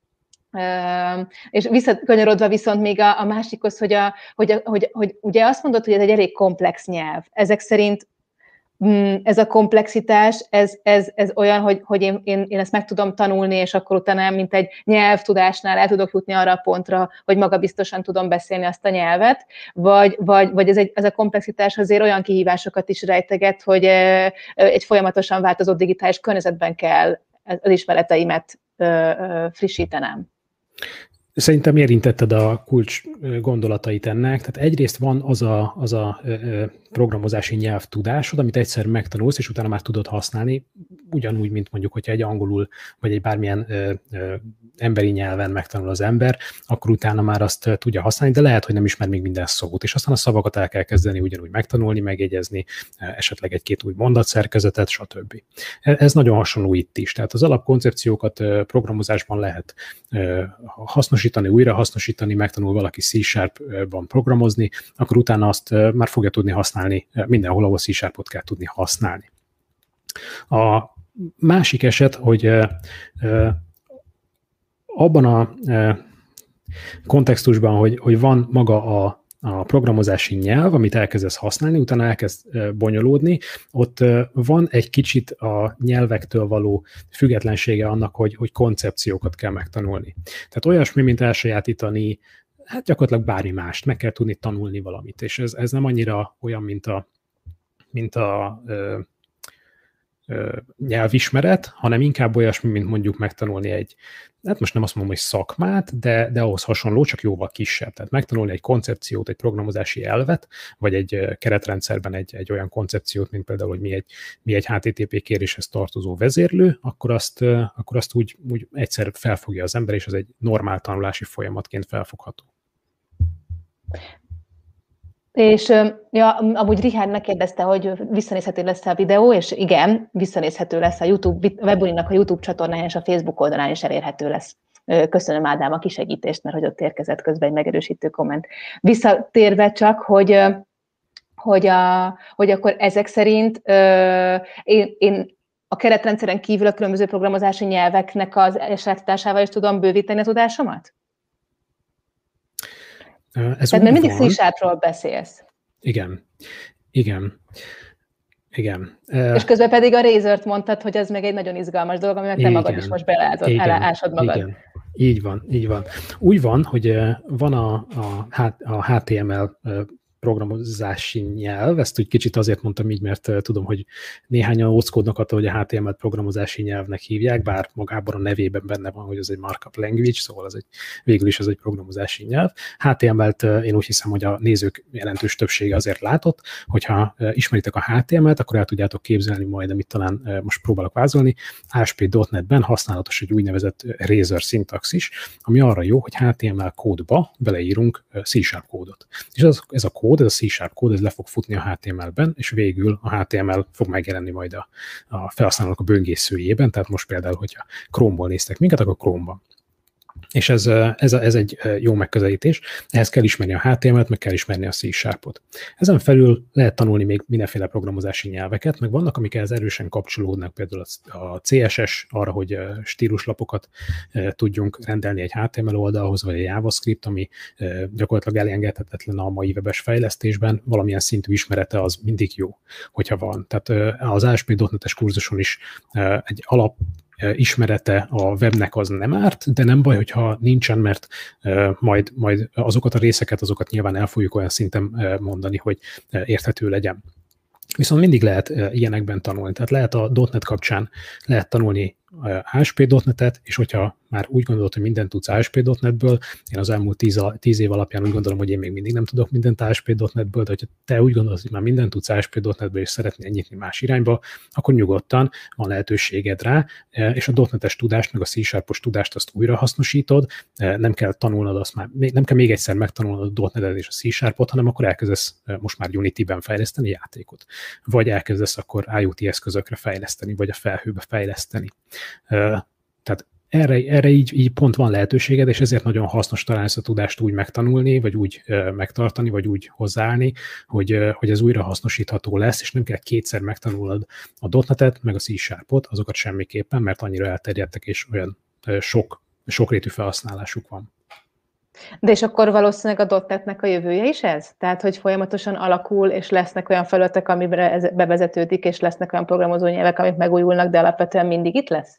És visszakanyarodva viszont még a másikhoz, hogy ugye azt mondod, hogy ez egy elég komplex nyelv. Ezek szerint ez a komplexitás, ez olyan, hogy én ezt meg tudom tanulni, és akkor utána, mint egy nyelvtudásnál el tudok jutni arra a pontra, hogy magabiztosan tudom beszélni azt a nyelvet, vagy ez a komplexitás azért olyan kihívásokat is rejteget, hogy egy folyamatosan változó digitális környezetben kell az ismereteimet frissítenem. Szerintem érintetted a kulcs gondolatait ennek. Tehát egyrészt van az a programozási nyelvtudásod, amit egyszer megtanulsz, és utána már tudod használni, ugyanúgy, mint mondjuk, hogyha egy angolul, vagy egy bármilyen emberi nyelven megtanul az ember, akkor utána már azt tudja használni, de lehet, hogy nem ismer még minden szót, és aztán a szavakat el kell kezdeni ugyanúgy megtanulni, megjegyezni, esetleg egy-két új mondatszerkezetet, stb. Ez nagyon hasonló itt is. Tehát az alapkoncepciókat programozásban lehet hasznosítani, újra hasznosítani, megtanul valaki C#-ban programozni, akkor utána azt már fogja tudni használni mindenhol, ahol C#-ot kell tudni használni. A másik eset, hogy abban a kontextusban, hogy van maga a programozási nyelv, amit elkezdesz használni, utána elkezd bonyolódni, ott van egy kicsit a nyelvektől való függetlensége annak, hogy koncepciókat kell megtanulni. Tehát olyasmi, mint elsajátítani, hát gyakorlatilag bármi mást, meg kell tudni tanulni valamit, és ez nem annyira olyan, mint a nyelvismeret, hanem inkább olyasmi, mint mondjuk megtanulni hát most nem azt mondom, hogy szakmát, de ahhoz hasonló, csak jóval kisebb. Tehát megtanulni egy koncepciót, egy programozási elvet, vagy egy keretrendszerben egy olyan koncepciót, mint például, hogy mi egy HTTP kéréshez tartozó vezérlő, akkor azt úgy egyszer felfogja az ember, és az egy normál tanulási folyamatként felfogható. És amúgy Richard megkérdezte, hogy visszanézhető lesz a videó, és igen, visszanézhető lesz a YouTube, Webulinak a YouTube csatornáján és a Facebook oldalán is elérhető lesz. Köszönöm, Ádám, a kisegítést, mert hogy ott érkezett közben egy megerősítő komment. Visszatérve csak, hogy akkor ezek szerint én a keretrendszeren kívül a különböző programozási nyelveknek az elsajátításával is tudom bővíteni a tudásomat? Tehát mert mindig C-sharpról beszélsz. Igen. És közben pedig a Razor-t mondtad, hogy ez meg egy nagyon izgalmas dolog, amivel te magad is most beleásod magad. Igen. Így van. Úgy van, hogy van a HTML programozási nyelv, ezt úgy kicsit azért mondtam így, mert tudom, hogy néhányan óckodnak attól, hogy a HTML programozási nyelvnek hívják, bár magában a nevében benne van, hogy ez egy markup language, szóval végül is ez egy programozási nyelv. HTML-t én úgy hiszem, hogy a nézők jelentős többsége azért látott, hogyha ismeritek a HTML-t, akkor el tudjátok képzelni majd, amit talán most próbálok vázolni. ASP.NET-ben használatos egy úgynevezett Razor szintaxis, ami arra jó, hogy HTML kódba beleírunk C# kódot. És ez a kód, ez a C# kód, ez le fog futni a HTML-ben, és végül a HTML fog megjelenni majd a felhasználók a böngészőjében, tehát most például, hogyha Chrome-ból néztek minket, akkor Chrome-ban. És ez egy jó megközelítés. Ehhez kell ismerni a HTML-t, meg kell ismerni a C#-ot. Ezen felül lehet tanulni még mindenféle programozási nyelveket, meg vannak, amik ehhez erősen kapcsolódnak, például a CSS, arra, hogy stíluslapokat tudjunk rendelni egy HTML oldalhoz, vagy egy JavaScript, ami gyakorlatilag elengedhetetlen a mai webes fejlesztésben, valamilyen szintű ismerete az mindig jó, hogyha van. Tehát az ASP.NET-es kurzuson is egy alap ismerete a webnek az nem árt, de nem baj, hogyha nincsen, mert majd azokat a részeket, azokat nyilván el fogjuk olyan szinten mondani, hogy érthető legyen. Viszont mindig lehet ilyenekben tanulni. Tehát lehet a .NET kapcsán lehet tanulni ASP.NET-et, és hogyha már úgy gondolod, hogy mindent tudsz ASP.NET-ből, én az elmúlt 10 év alapján úgy gondolom, hogy én még mindig nem tudok mindent ASP.NET-ből, de hogyha te úgy gondolod, hogy már mindent tudsz ASP.NET-ből, és szeretnél nyitni más irányba, akkor nyugodtan van lehetőséged rá, és a .NET-es tudást, meg a C#-os tudást azt újra hasznosítod, nem kell tanulnod azt már, nem kell még egyszer megtanulnod a .NET-et és a C#-ot, hanem akkor elkezdesz most már Unity-ben fejleszteni játékot, vagy elkezdesz akkor IoT eszközökre fejleszteni, vagy a felhőbe fejleszteni. Tehát erre így pont van lehetőséged, és ezért nagyon hasznos talán ezt a tudást úgy megtanulni, vagy úgy megtartani, vagy úgy hozzáállni, hogy ez újra hasznosítható lesz, és nem kell kétszer megtanulnod a .NET-et, meg a C#-ot, azokat semmiképpen, mert annyira elterjedtek, és olyan sokrétű felhasználásuk van. De és akkor valószínűleg a .NET-nek a jövője is ez? Tehát, hogy folyamatosan alakul, és lesznek olyan felületek, amire ez bevezetődik, és lesznek olyan programozónyelvek, amik megújulnak, de alapvetően mindig itt lesz?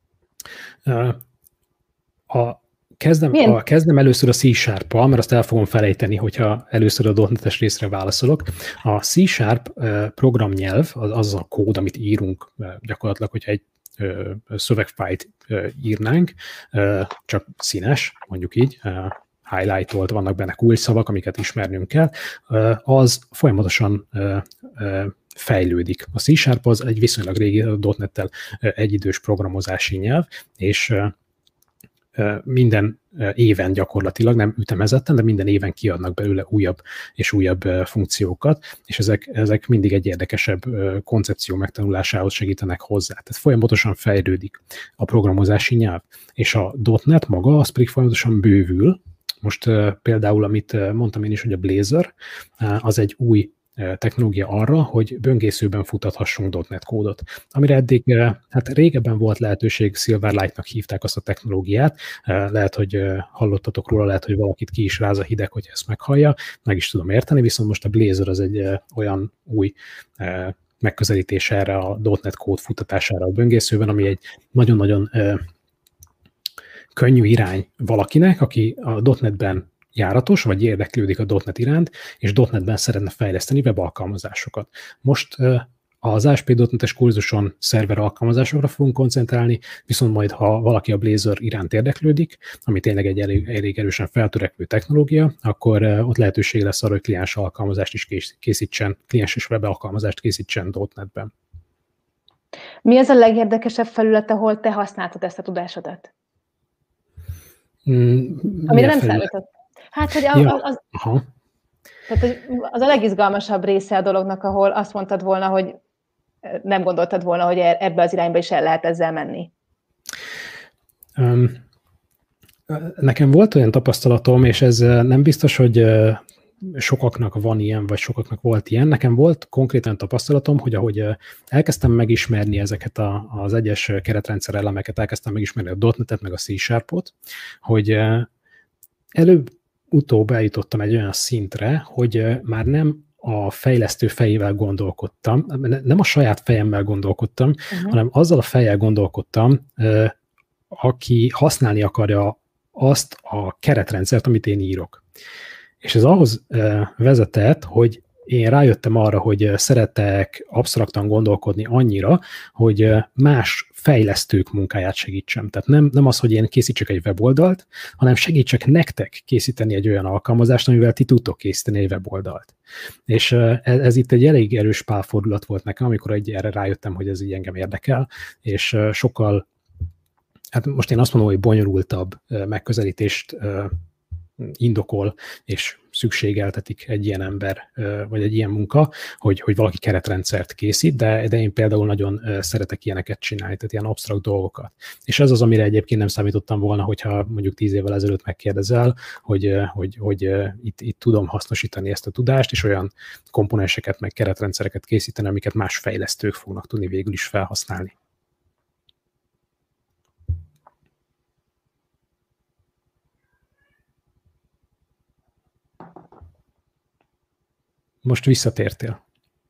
Kezdem először a C#-al, mert azt el fogom felejteni, hogyha először a .NET-es részre válaszolok. A C# programnyelv, az a kód, amit írunk gyakorlatilag, hogyha egy szövegfájlt írnánk, csak színes, mondjuk így, highlightolt, vannak benne kulcsszavak, amiket ismernünk kell, az folyamatosan fejlődik. A C# az egy viszonylag régi .NET-tel egyidős programozási nyelv, és minden éven gyakorlatilag, nem ütemezetten, de minden éven kiadnak belőle újabb és újabb funkciókat, és ezek mindig egy érdekesebb koncepció megtanulásához segítenek hozzá. Tehát folyamatosan fejlődik a programozási nyelv. És a .NET maga, az pedig folyamatosan bővül. Most például, amit mondtam én is, hogy a Blazor, az egy új technológia arra, hogy böngészőben futathassunk .NET kódot, amire eddig hát régebben volt lehetőség, Silverlight-nak hívták azt a technológiát, lehet, hogy hallottatok róla, lehet, hogy valakit ki is ráz a hideg, hogy ezt meghallja, meg is tudom érteni, viszont most a Blazor az egy olyan új megközelítés erre a .NET kód futtatására a böngészőben, ami egy nagyon-nagyon könnyű irány valakinek, aki a .NET-ben járatos, vagy érdeklődik a .NET iránt, és .NET-ben szeretne fejleszteni webalkalmazásokat. Most az ASP.NET-es kurzuson szerver alkalmazásokra fogunk koncentrálni, viszont majd, ha valaki a Blazor iránt érdeklődik, ami tényleg egy elég erősen feltörekvő technológia, akkor ott lehetőség lesz arra, hogy kliens alkalmazást is készítsen, kliens és web alkalmazást készítsen .NET-ben. Mi az a legérdekesebb felület, ahol te használtad ezt a tudásodat? Amire nem számított. Hát, hogy tehát, az a legizgalmasabb része a dolognak, ahol azt mondtad volna, hogy nem gondoltad volna, hogy ebbe az irányba is el lehet ezzel menni. Nekem volt olyan tapasztalatom, és ez nem biztos, hogy sokaknak van ilyen, vagy sokaknak volt ilyen. Nekem volt konkrétan tapasztalatom, hogy ahogy elkezdtem megismerni ezeket az egyes keretrendszer elemeket, elkezdtem megismerni a .NET-et, meg a C#-ot, hogy előbb-utóbb eljutottam egy olyan szintre, hogy már nem a fejlesztő fejével gondolkodtam, nem a saját fejemmel gondolkodtam, hanem azzal a fejjel gondolkodtam, aki használni akarja azt a keretrendszert, amit én írok. És ez ahhoz vezetett, hogy én rájöttem arra, hogy szeretek absztraktan gondolkodni annyira, hogy más fejlesztők munkáját segítsem. Tehát nem az, hogy én készítsek egy weboldalt, hanem segítsek nektek készíteni egy olyan alkalmazást, amivel ti tudtok készíteni egy weboldalt. És ez itt egy elég erős pálfordulat volt nekem, amikor erre rájöttem, hogy ez így engem érdekel, és sokkal, hát most én azt mondom, hogy bonyolultabb megközelítést indokol és szükségeltetik egy ilyen ember, vagy egy ilyen munka, hogy valaki keretrendszert készít, de én például nagyon szeretek ilyeneket csinálni, tehát ilyen absztrakt dolgokat. És ez az, amire egyébként nem számítottam volna, hogyha mondjuk 10 évvel ezelőtt megkérdezel, hogy itt tudom hasznosítani ezt a tudást, és olyan komponenseket, meg keretrendszereket készíteni, amiket más fejlesztők fognak tudni végül is felhasználni. Most visszatértél.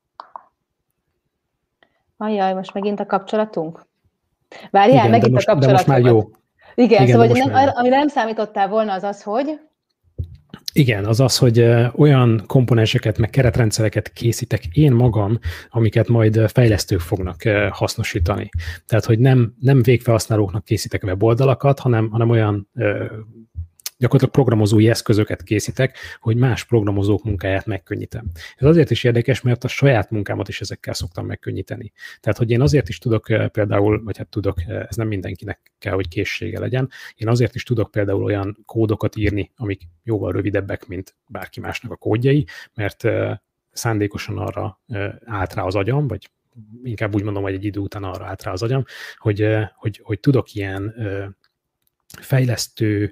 Ajjaj, most megint a kapcsolatunk? Várjál, igen, megint a kapcsolatunk. De most már jó. Igen, szóval amire nem számítottál volna, az, hogy... Igen, az, hogy olyan komponenseket, meg keretrendszereket készítek én magam, amiket majd fejlesztők fognak hasznosítani. Tehát, hogy nem végfelhasználóknak készítek weboldalakat, hanem olyan gyakorlatilag programozói eszközöket készítek, hogy más programozók munkáját megkönnyítem. Ez azért is érdekes, mert a saját munkámat is ezekkel szoktam megkönnyíteni. Tehát, hogy én azért is tudok például, vagy hát tudok, ez nem mindenkinek kell, hogy készsége legyen, én azért is tudok például olyan kódokat írni, amik jóval rövidebbek, mint bárki másnak a kódjai, mert szándékosan arra állt rá az agyam, vagy inkább úgy mondom, hogy egy idő után arra állt rá az agyam, hogy tudok ilyen fejlesztő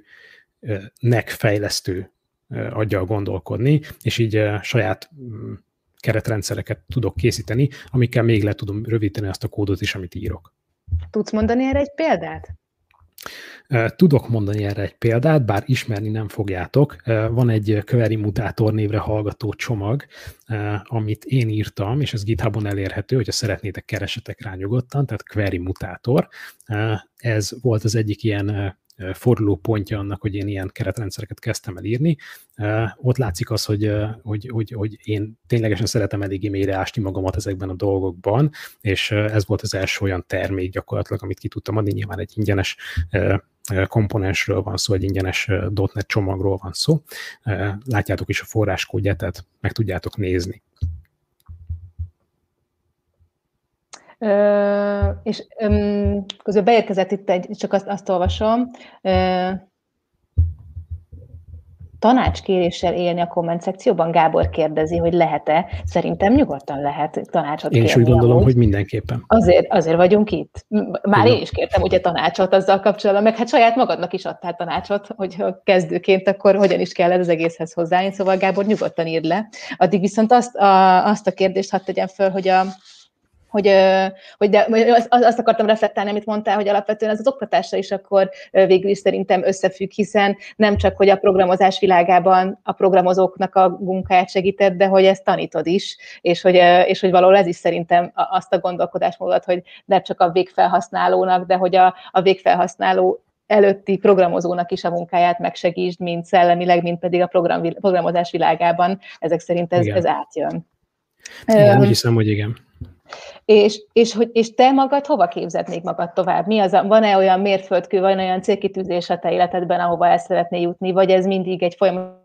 aggyal gondolkodni, és így saját keretrendszereket tudok készíteni, amikkel még le tudom rövidíteni azt a kódot is, amit írok. Tudsz mondani erre egy példát? Tudok mondani erre egy példát, bár ismerni nem fogjátok. Van egy query mutátor névre hallgató csomag, amit én írtam, és ez GitHubon elérhető, hogyha szeretnétek, keresetek rá nyugodtan, tehát query mutátor. Ez volt az egyik ilyen fordulópontja annak, hogy én ilyen keretrendszereket kezdtem el írni. Ott látszik az, hogy én ténylegesen szeretem elég e-mailre ásni magamat ezekben a dolgokban, és ez volt az első olyan termék gyakorlatilag, amit ki tudtam adni. Nyilván egy ingyenes komponensről van szó, egy ingyenes .NET csomagról van szó. Látjátok is a forráskódját, tehát meg tudjátok nézni. És közben beérkezett itt csak azt olvasom, tanácskéréssel élni a komment szekcióban? Gábor kérdezi, hogy lehet-e. Szerintem nyugodtan lehet tanácsot kérni. Én is úgy gondolom, hogy mindenképpen. Azért vagyunk itt. Már én is kértem ugye tanácsot azzal kapcsolatban, meg hát saját magadnak is adtál tanácsot, hogyha kezdőként, akkor hogyan is kell az egészhez hozzáállni. Szóval Gábor, nyugodtan írd le. Addig viszont azt a kérdést hadd tegyem föl, azt akartam reflektálni, amit mondtál, hogy alapvetően az oktatásra is akkor végül is szerintem összefügg, hiszen nem csak, hogy a programozás világában a programozóknak a munkáját segíted, de hogy ezt tanítod is, és hogy valahol ez is szerintem azt a gondolkodásmódot, hogy nem csak a végfelhasználónak, de hogy a végfelhasználó előtti programozónak is a munkáját megsegítsd, mind szellemileg, mind pedig a programozás világában. Ezek szerint ez átjön. Igen, úgy hiszem, hogy igen. És te magad hova képzeld még magad tovább? Van-e olyan mérföldkő, van olyan célkitűzés a te életedben, ahova el szeretnél jutni, vagy ez mindig egy folyamat?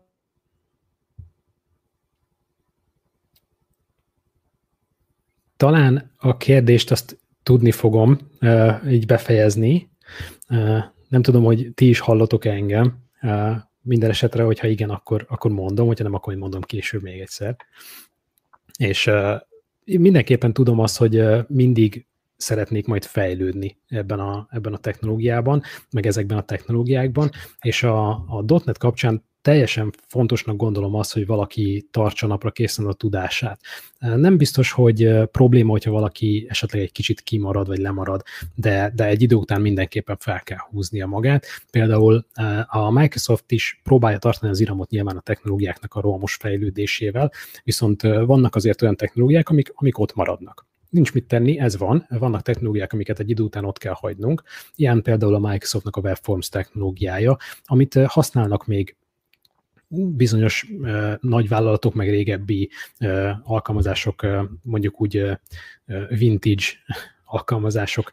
Talán a kérdést azt tudni fogom így befejezni. Nem tudom, hogy ti is hallotok engem. Minden esetre, hogyha igen, akkor mondom, hogyha nem, akkor mondom később még egyszer. És mindenképpen tudom azt, hogy mindig szeretnék majd fejlődni ebben a technológiában, meg ezekben a technológiákban, és a .NET kapcsán teljesen fontosnak gondolom azt, hogy valaki tartsa napra készen a tudását. Nem biztos, hogy probléma, hogyha valaki esetleg egy kicsit kimarad, vagy lemarad, de egy idő után mindenképpen fel kell húznia magát. Például a Microsoft is próbálja tartani az iramot nyilván a technológiáknak a rohamos fejlődésével, viszont vannak azért olyan technológiák, amik ott maradnak. Nincs mit tenni, ez van. Vannak technológiák, amiket egy idő után ott kell hagynunk. Ilyen például a Microsoftnak a WebForms technológiája, amit használnak még bizonyos nagyvállalatok, meg régebbi alkalmazások, mondjuk úgy vintage alkalmazások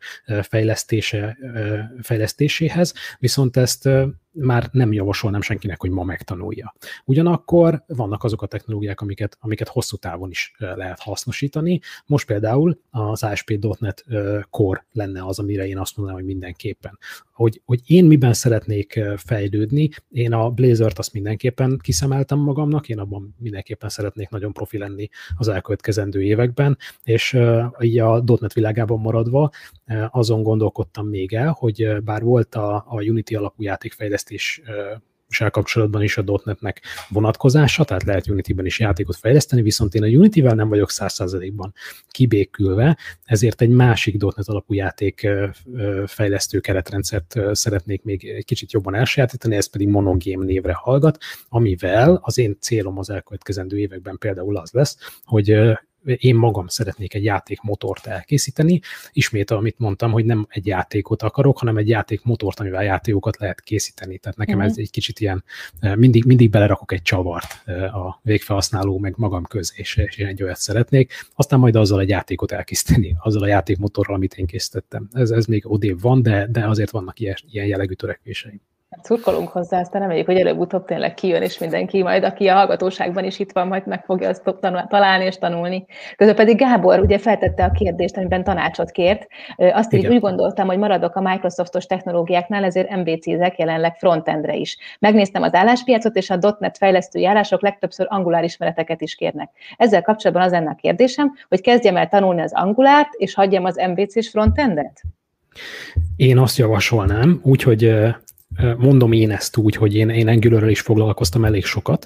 fejlesztéséhez, viszont ezt már nem javasolnám senkinek, hogy ma megtanulja. Ugyanakkor vannak azok a technológiák, amiket hosszú távon is lehet hasznosítani. Most például az ASP.NET Core lenne az, amire én azt mondanám, hogy mindenképpen. Hogy én miben szeretnék fejlődni, én a Blazert azt mindenképpen kiszemeltem magamnak, én abban mindenképpen szeretnék nagyon profi lenni az elkövetkezendő években, és így a .NET világában maradva azon gondolkodtam még el, hogy bár volt a Unity alapú játékfejlesztéssel kapcsolatban is a .NET-nek vonatkozása, tehát lehet Unity-ben is játékot fejleszteni, viszont én a Unity-vel nem vagyok 100%-ban kibékülve, ezért egy másik .NET alapú játékfejlesztő keretrendszert szeretnék még egy kicsit jobban elsajátítani, ez pedig Monogame névre hallgat, amivel az én célom az elkövetkezendő években például az lesz, hogy én magam szeretnék egy játékmotort elkészíteni. Ismét, amit mondtam, hogy nem egy játékot akarok, hanem egy játékmotort, amivel játékokat lehet készíteni. Tehát nekem ez egy kicsit ilyen, mindig belerakok egy csavart a végfelhasználó meg magam közé, és én egy olyat szeretnék. Aztán majd azzal egy játékot elkészíteni, azzal a játékmotorral, amit én készítettem. Ez még odébb van, de azért vannak ilyen jellegű törekvéseim. Szurkolunk hozzá, aztán reméljük, hogy előbb-utóbb tényleg kijön, és mindenki majd, aki a hallgatóságban is itt van, majd meg fogja azt találni és tanulni. Közben pedig Gábor ugye feltette a kérdést, amiben tanácsot kért. Azt így úgy gondoltam, hogy maradok a Microsoftos technológiáknál, ezért MVC-zek jelenleg frontendre is. Megnéztem az álláspiacot, és a .NET fejlesztői állások legtöbbször Angular ismereteket is kérnek. Ezzel kapcsolatban az lenne a kérdésem, hogy kezdjem el tanulni az Angulárt, és hagyjam az MVC-s frontendet? Én azt javasolnám, úgyhogy mondom én ezt úgy, hogy én Angularrel is foglalkoztam elég sokat,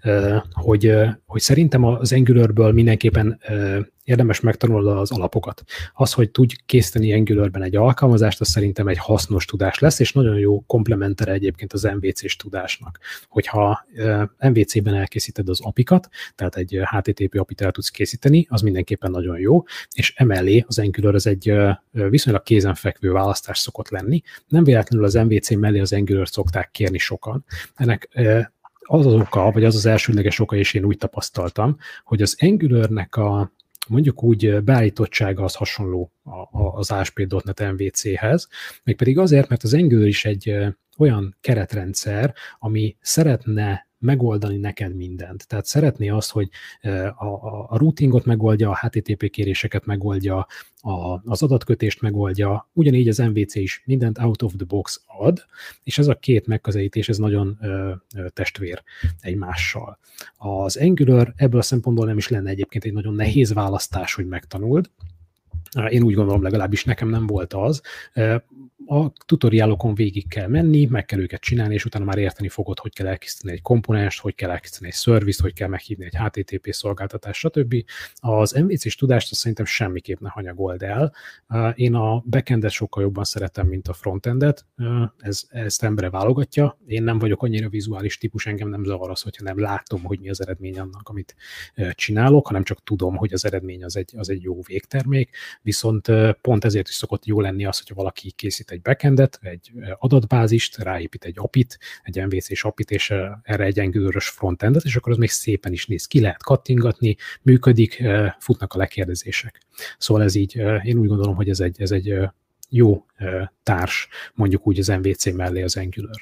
hogy szerintem az Angularrből mindenképpen érdemes megtanulni az alapokat. Az, hogy tudj készíteni Angularben egy alkalmazást, az szerintem egy hasznos tudás lesz, és nagyon jó komplementere egyébként az MVC-s tudásnak. Hogyha MVC-ben elkészíted az API-kat, tehát egy HTTP API-t el tudsz készíteni, az mindenképpen nagyon jó, és emellé az Angular az egy viszonylag kézenfekvő választás szokott lenni. Nem véletlenül az MVC mellé az Angular-t szokták kérni sokan. Ennek az oka, vagy az elsődleges oka, és én úgy tapasztaltam, hogy az Angularnek a mondjuk úgy beállítottsága az hasonló az ASP.NET MVC-hez, mégpedig azért, mert az Angular is egy olyan keretrendszer, ami szeretne megoldani neked mindent. Tehát szeretné azt, hogy a routingot megoldja, a HTTP kéréseket megoldja, az adatkötést megoldja, ugyanígy az MVC is mindent out of the box ad, és ez a két megközelítés, ez nagyon testvér egymással. Az Angular ebből a szempontból nem is lenne egyébként egy nagyon nehéz választás, hogy megtanuld. Én úgy gondolom, legalábbis nekem nem volt az. A tutoriálokon végig kell menni, meg kell őket csinálni, és utána már érteni fogod, hogy kell elkészíteni egy komponenst, hogy kell elkészíteni egy service-t, hogy kell meghívni egy HTTP szolgáltatást, stb. Az MVC-s tudást szerintem semmiképp ne hanyagold el. Én a backendet sokkal jobban szeretem, mint a frontendet. Ezt embere válogatja. Én nem vagyok annyira vizuális típus, engem nem zavar az, hogyha nem látom, hogy mi az eredmény annak, amit csinálok, hanem csak tudom, hogy az eredmény az egy jó végtermék. Viszont pont ezért is szokott jó lenni az, hogyha valaki készít egy backendet, egy adatbázist, ráépít egy API-t, egy MVC-s API-t, és erre egy Angular-ös frontendet, és akkor az még szépen is néz ki, lehet kattingatni, működik, futnak a lekérdezések. Szóval ez így, én úgy gondolom, hogy ez egy jó társ, mondjuk úgy az MVC mellé az Angular.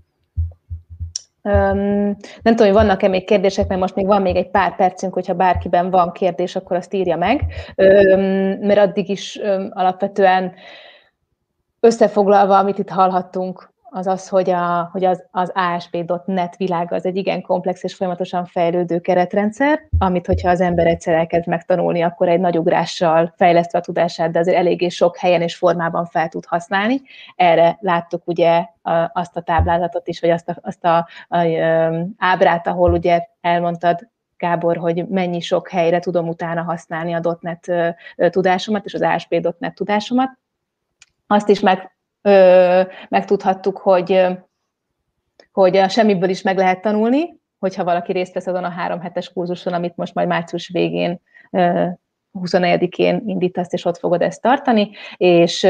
Nem tudom, hogy vannak-e még kérdések, mert most még van még egy pár percünk, hogyha bárkiben van kérdés, akkor azt írja meg, mert addig is alapvetően összefoglalva, amit itt hallhattunk, az, hogy az ASP.NET világa az egy igen komplex és folyamatosan fejlődő keretrendszer, amit, hogyha az ember egyszer elkezd megtanulni, akkor egy nagy ugrással fejlesztve a tudását, de azért eléggé sok helyen és formában fel tud használni. Erre láttuk ugye azt a táblázatot is, vagy azt a ábrát, ahol ugye elmondtad, Gábor, hogy mennyi sok helyre tudom utána használni a .NET tudásomat és az ASP.NET tudásomat. Azt is megtudhattuk, hogy a semmiből is meg lehet tanulni, hogyha valaki részt vesz azon a 3 hetes kurzuson, amit most majd március végén, 24-én indítasz, és ott fogod ezt tartani, és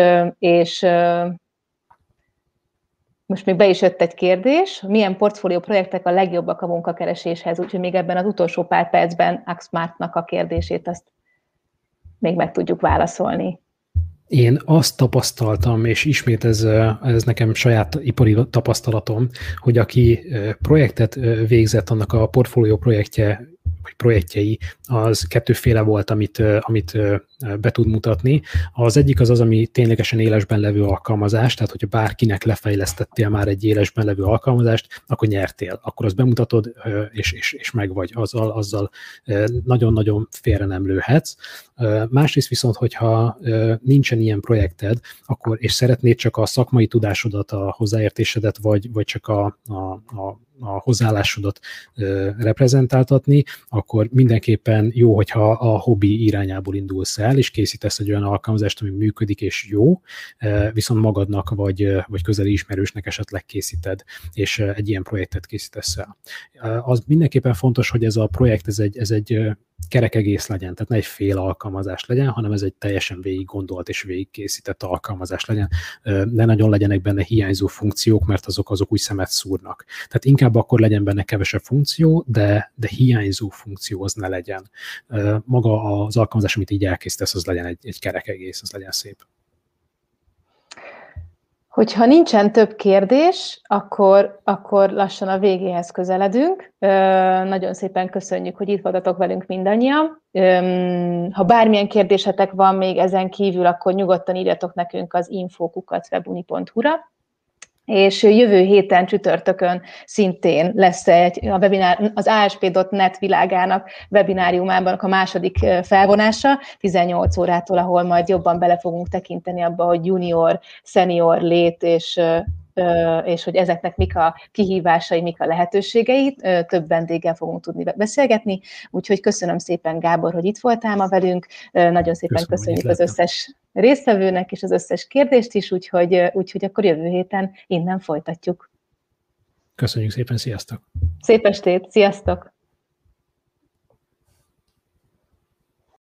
most még be is jött egy kérdés, milyen portfólió projektek a legjobbak a munkakereséshez, úgyhogy még ebben az utolsó pár percben Axmartnak a kérdését azt még meg tudjuk válaszolni. Én azt tapasztaltam, és ismét ez nekem saját ipari tapasztalatom, hogy aki projektet végzett, annak a portfólió projektje, vagy projektjei, az kettőféle volt, amit be tud mutatni. Az egyik az, ami ténylegesen élesben levő alkalmazás, tehát hogyha bárkinek lefejlesztettél már egy élesben levő alkalmazást, akkor nyertél. Akkor azt bemutatod, és megvagy. Azzal nagyon-nagyon félre nem lőhetsz. Másrészt viszont, hogyha nincsen ilyen projekted, akkor, és szeretnéd csak a szakmai tudásodat, a hozzáértésedet, vagy csak a hozzáállásodat reprezentáltatni, akkor mindenképpen jó, hogyha a hobbi irányából indulsz el, és készítesz egy olyan alkalmazást, ami működik és jó, viszont magadnak vagy közeli ismerősnek esetleg készíted, és egy ilyen projektet készítesz el. Az mindenképpen fontos, hogy ez a projekt, ez egy kerek egész legyen, tehát ne egy fél alkalmazás legyen, hanem ez egy teljesen végig gondolt és végig készített alkalmazás legyen. Ne nagyon legyenek benne hiányzó funkciók, mert azok úgy szemet szúrnak. Tehát inkább akkor legyen benne kevesebb funkció, de hiányzó funkció az ne legyen. Maga az alkalmazás, amit így elkészítesz, az legyen egy kerek egész, az legyen szép. Hogyha nincsen több kérdés, akkor lassan a végéhez közeledünk. Nagyon szépen köszönjük, hogy itt voltatok velünk mindannyian. Ha bármilyen kérdésetek van még ezen kívül, akkor nyugodtan írjatok nekünk az info@webuni.hu-ra. És jövő héten csütörtökön szintén lesz a webinár, az ASP.NET világának webináriumának a második felvonása, 18 órától, ahol majd jobban bele fogunk tekinteni abba, hogy junior, senior lét, és hogy ezeknek mik a kihívásai, mik a lehetőségei. Több vendéggel fogunk tudni beszélgetni, úgyhogy köszönöm szépen, Gábor, hogy itt voltál ma velünk. Nagyon szépen köszönjük az összes résztvevőnek és az összes kérdést is, úgyhogy akkor jövő héten innen folytatjuk. Köszönjük szépen, sziasztok! Szép estét, sziasztok!